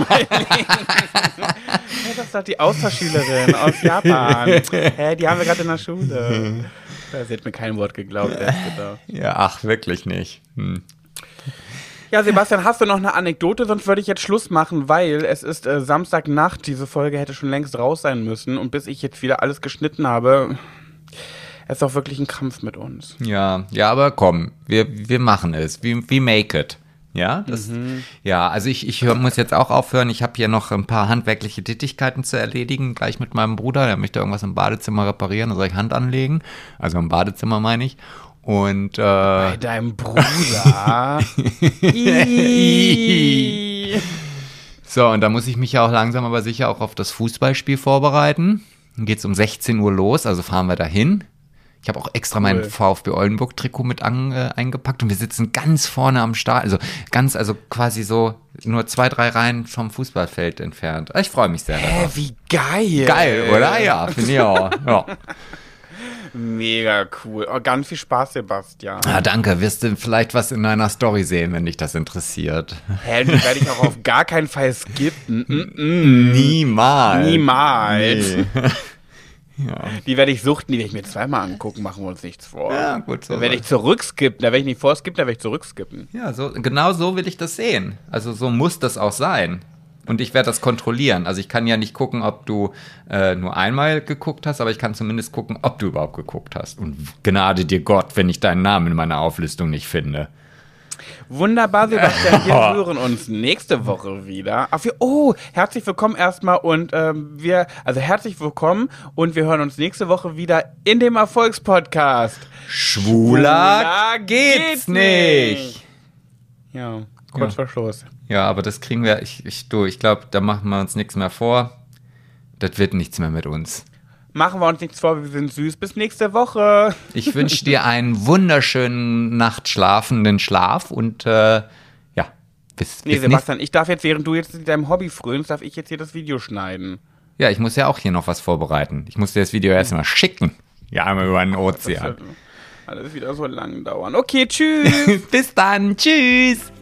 Hey, das ist doch die Austauschschülerin aus Japan. Hä, die haben wir gerade in der Schule. Sie hat mir kein Wort geglaubt. Ja, ach, wirklich nicht. Ja, Sebastian, hast du noch eine Anekdote? Sonst würde ich jetzt Schluss machen, weil es ist Samstagnacht. Diese Folge hätte schon längst raus sein müssen. Und bis ich jetzt wieder alles geschnitten habe, es ist auch wirklich ein Kampf mit uns. Ja, aber komm, wir machen es. We make it. Ja, ja, also ich muss jetzt auch aufhören. Ich habe hier noch ein paar handwerkliche Tätigkeiten zu erledigen, gleich mit meinem Bruder. Der möchte irgendwas im Badezimmer reparieren, da soll ich Hand anlegen. Also im Badezimmer meine ich. Und bei deinem Bruder. So, und da muss ich mich ja auch langsam aber sicher auch auf das Fußballspiel vorbereiten. Dann geht's um 16 Uhr los, also fahren wir dahin. Ich habe auch extra mein VfB Oldenburg-Trikot mit eingepackt und wir sitzen ganz vorne am Start, also quasi so nur 2-3 Reihen vom Fußballfeld entfernt. Ich freue mich sehr darauf. Wie geil. Geil, oder? Ja, finde ich auch. Ja. Mega cool. Oh, ganz viel Spaß, Sebastian. Ja, danke. Wirst du vielleicht was in deiner Story sehen, wenn dich das interessiert. Hä, die werde ich auch auf gar keinen Fall skippen. Niemals. Niemals. Nee. Ja. Die werde ich suchten, die werde ich mir zweimal angucken, machen wir uns nichts vor. Ja, gut. So da werde ich zurückskippen, da werde ich nicht vorskippen, da werde ich zurückskippen. Ja, genau so will ich das sehen. Also so muss das auch sein. Und ich werde das kontrollieren. Also ich kann ja nicht gucken, ob du nur einmal geguckt hast, aber ich kann zumindest gucken, ob du überhaupt geguckt hast. Und Gnade dir Gott, wenn ich deinen Namen in meiner Auflistung nicht finde. Wunderbar, Sebastian. Wir hören uns nächste Woche wieder. Herzlich willkommen erstmal und herzlich willkommen und wir hören uns nächste Woche wieder in dem Erfolgspodcast. Schwuler geht's nicht. Ja, kurz vor Schluss. Ja, aber das kriegen wir, ich glaube, da machen wir uns nichts mehr vor. Das wird nichts mehr mit uns. Machen wir uns nichts vor, wir sind süß. Bis nächste Woche. Ich wünsche dir einen wunderschönen nachtschlafenden Schlaf und bis Sebastian, ich darf jetzt, während du jetzt deinem Hobby frönst, darf ich jetzt hier das Video schneiden. Ja, ich muss ja auch hier noch was vorbereiten. Ich muss dir das Video erst mal schicken. Ja, einmal über den Ozean. Das wird alles wieder so lang dauern. Okay, tschüss. Bis dann, tschüss.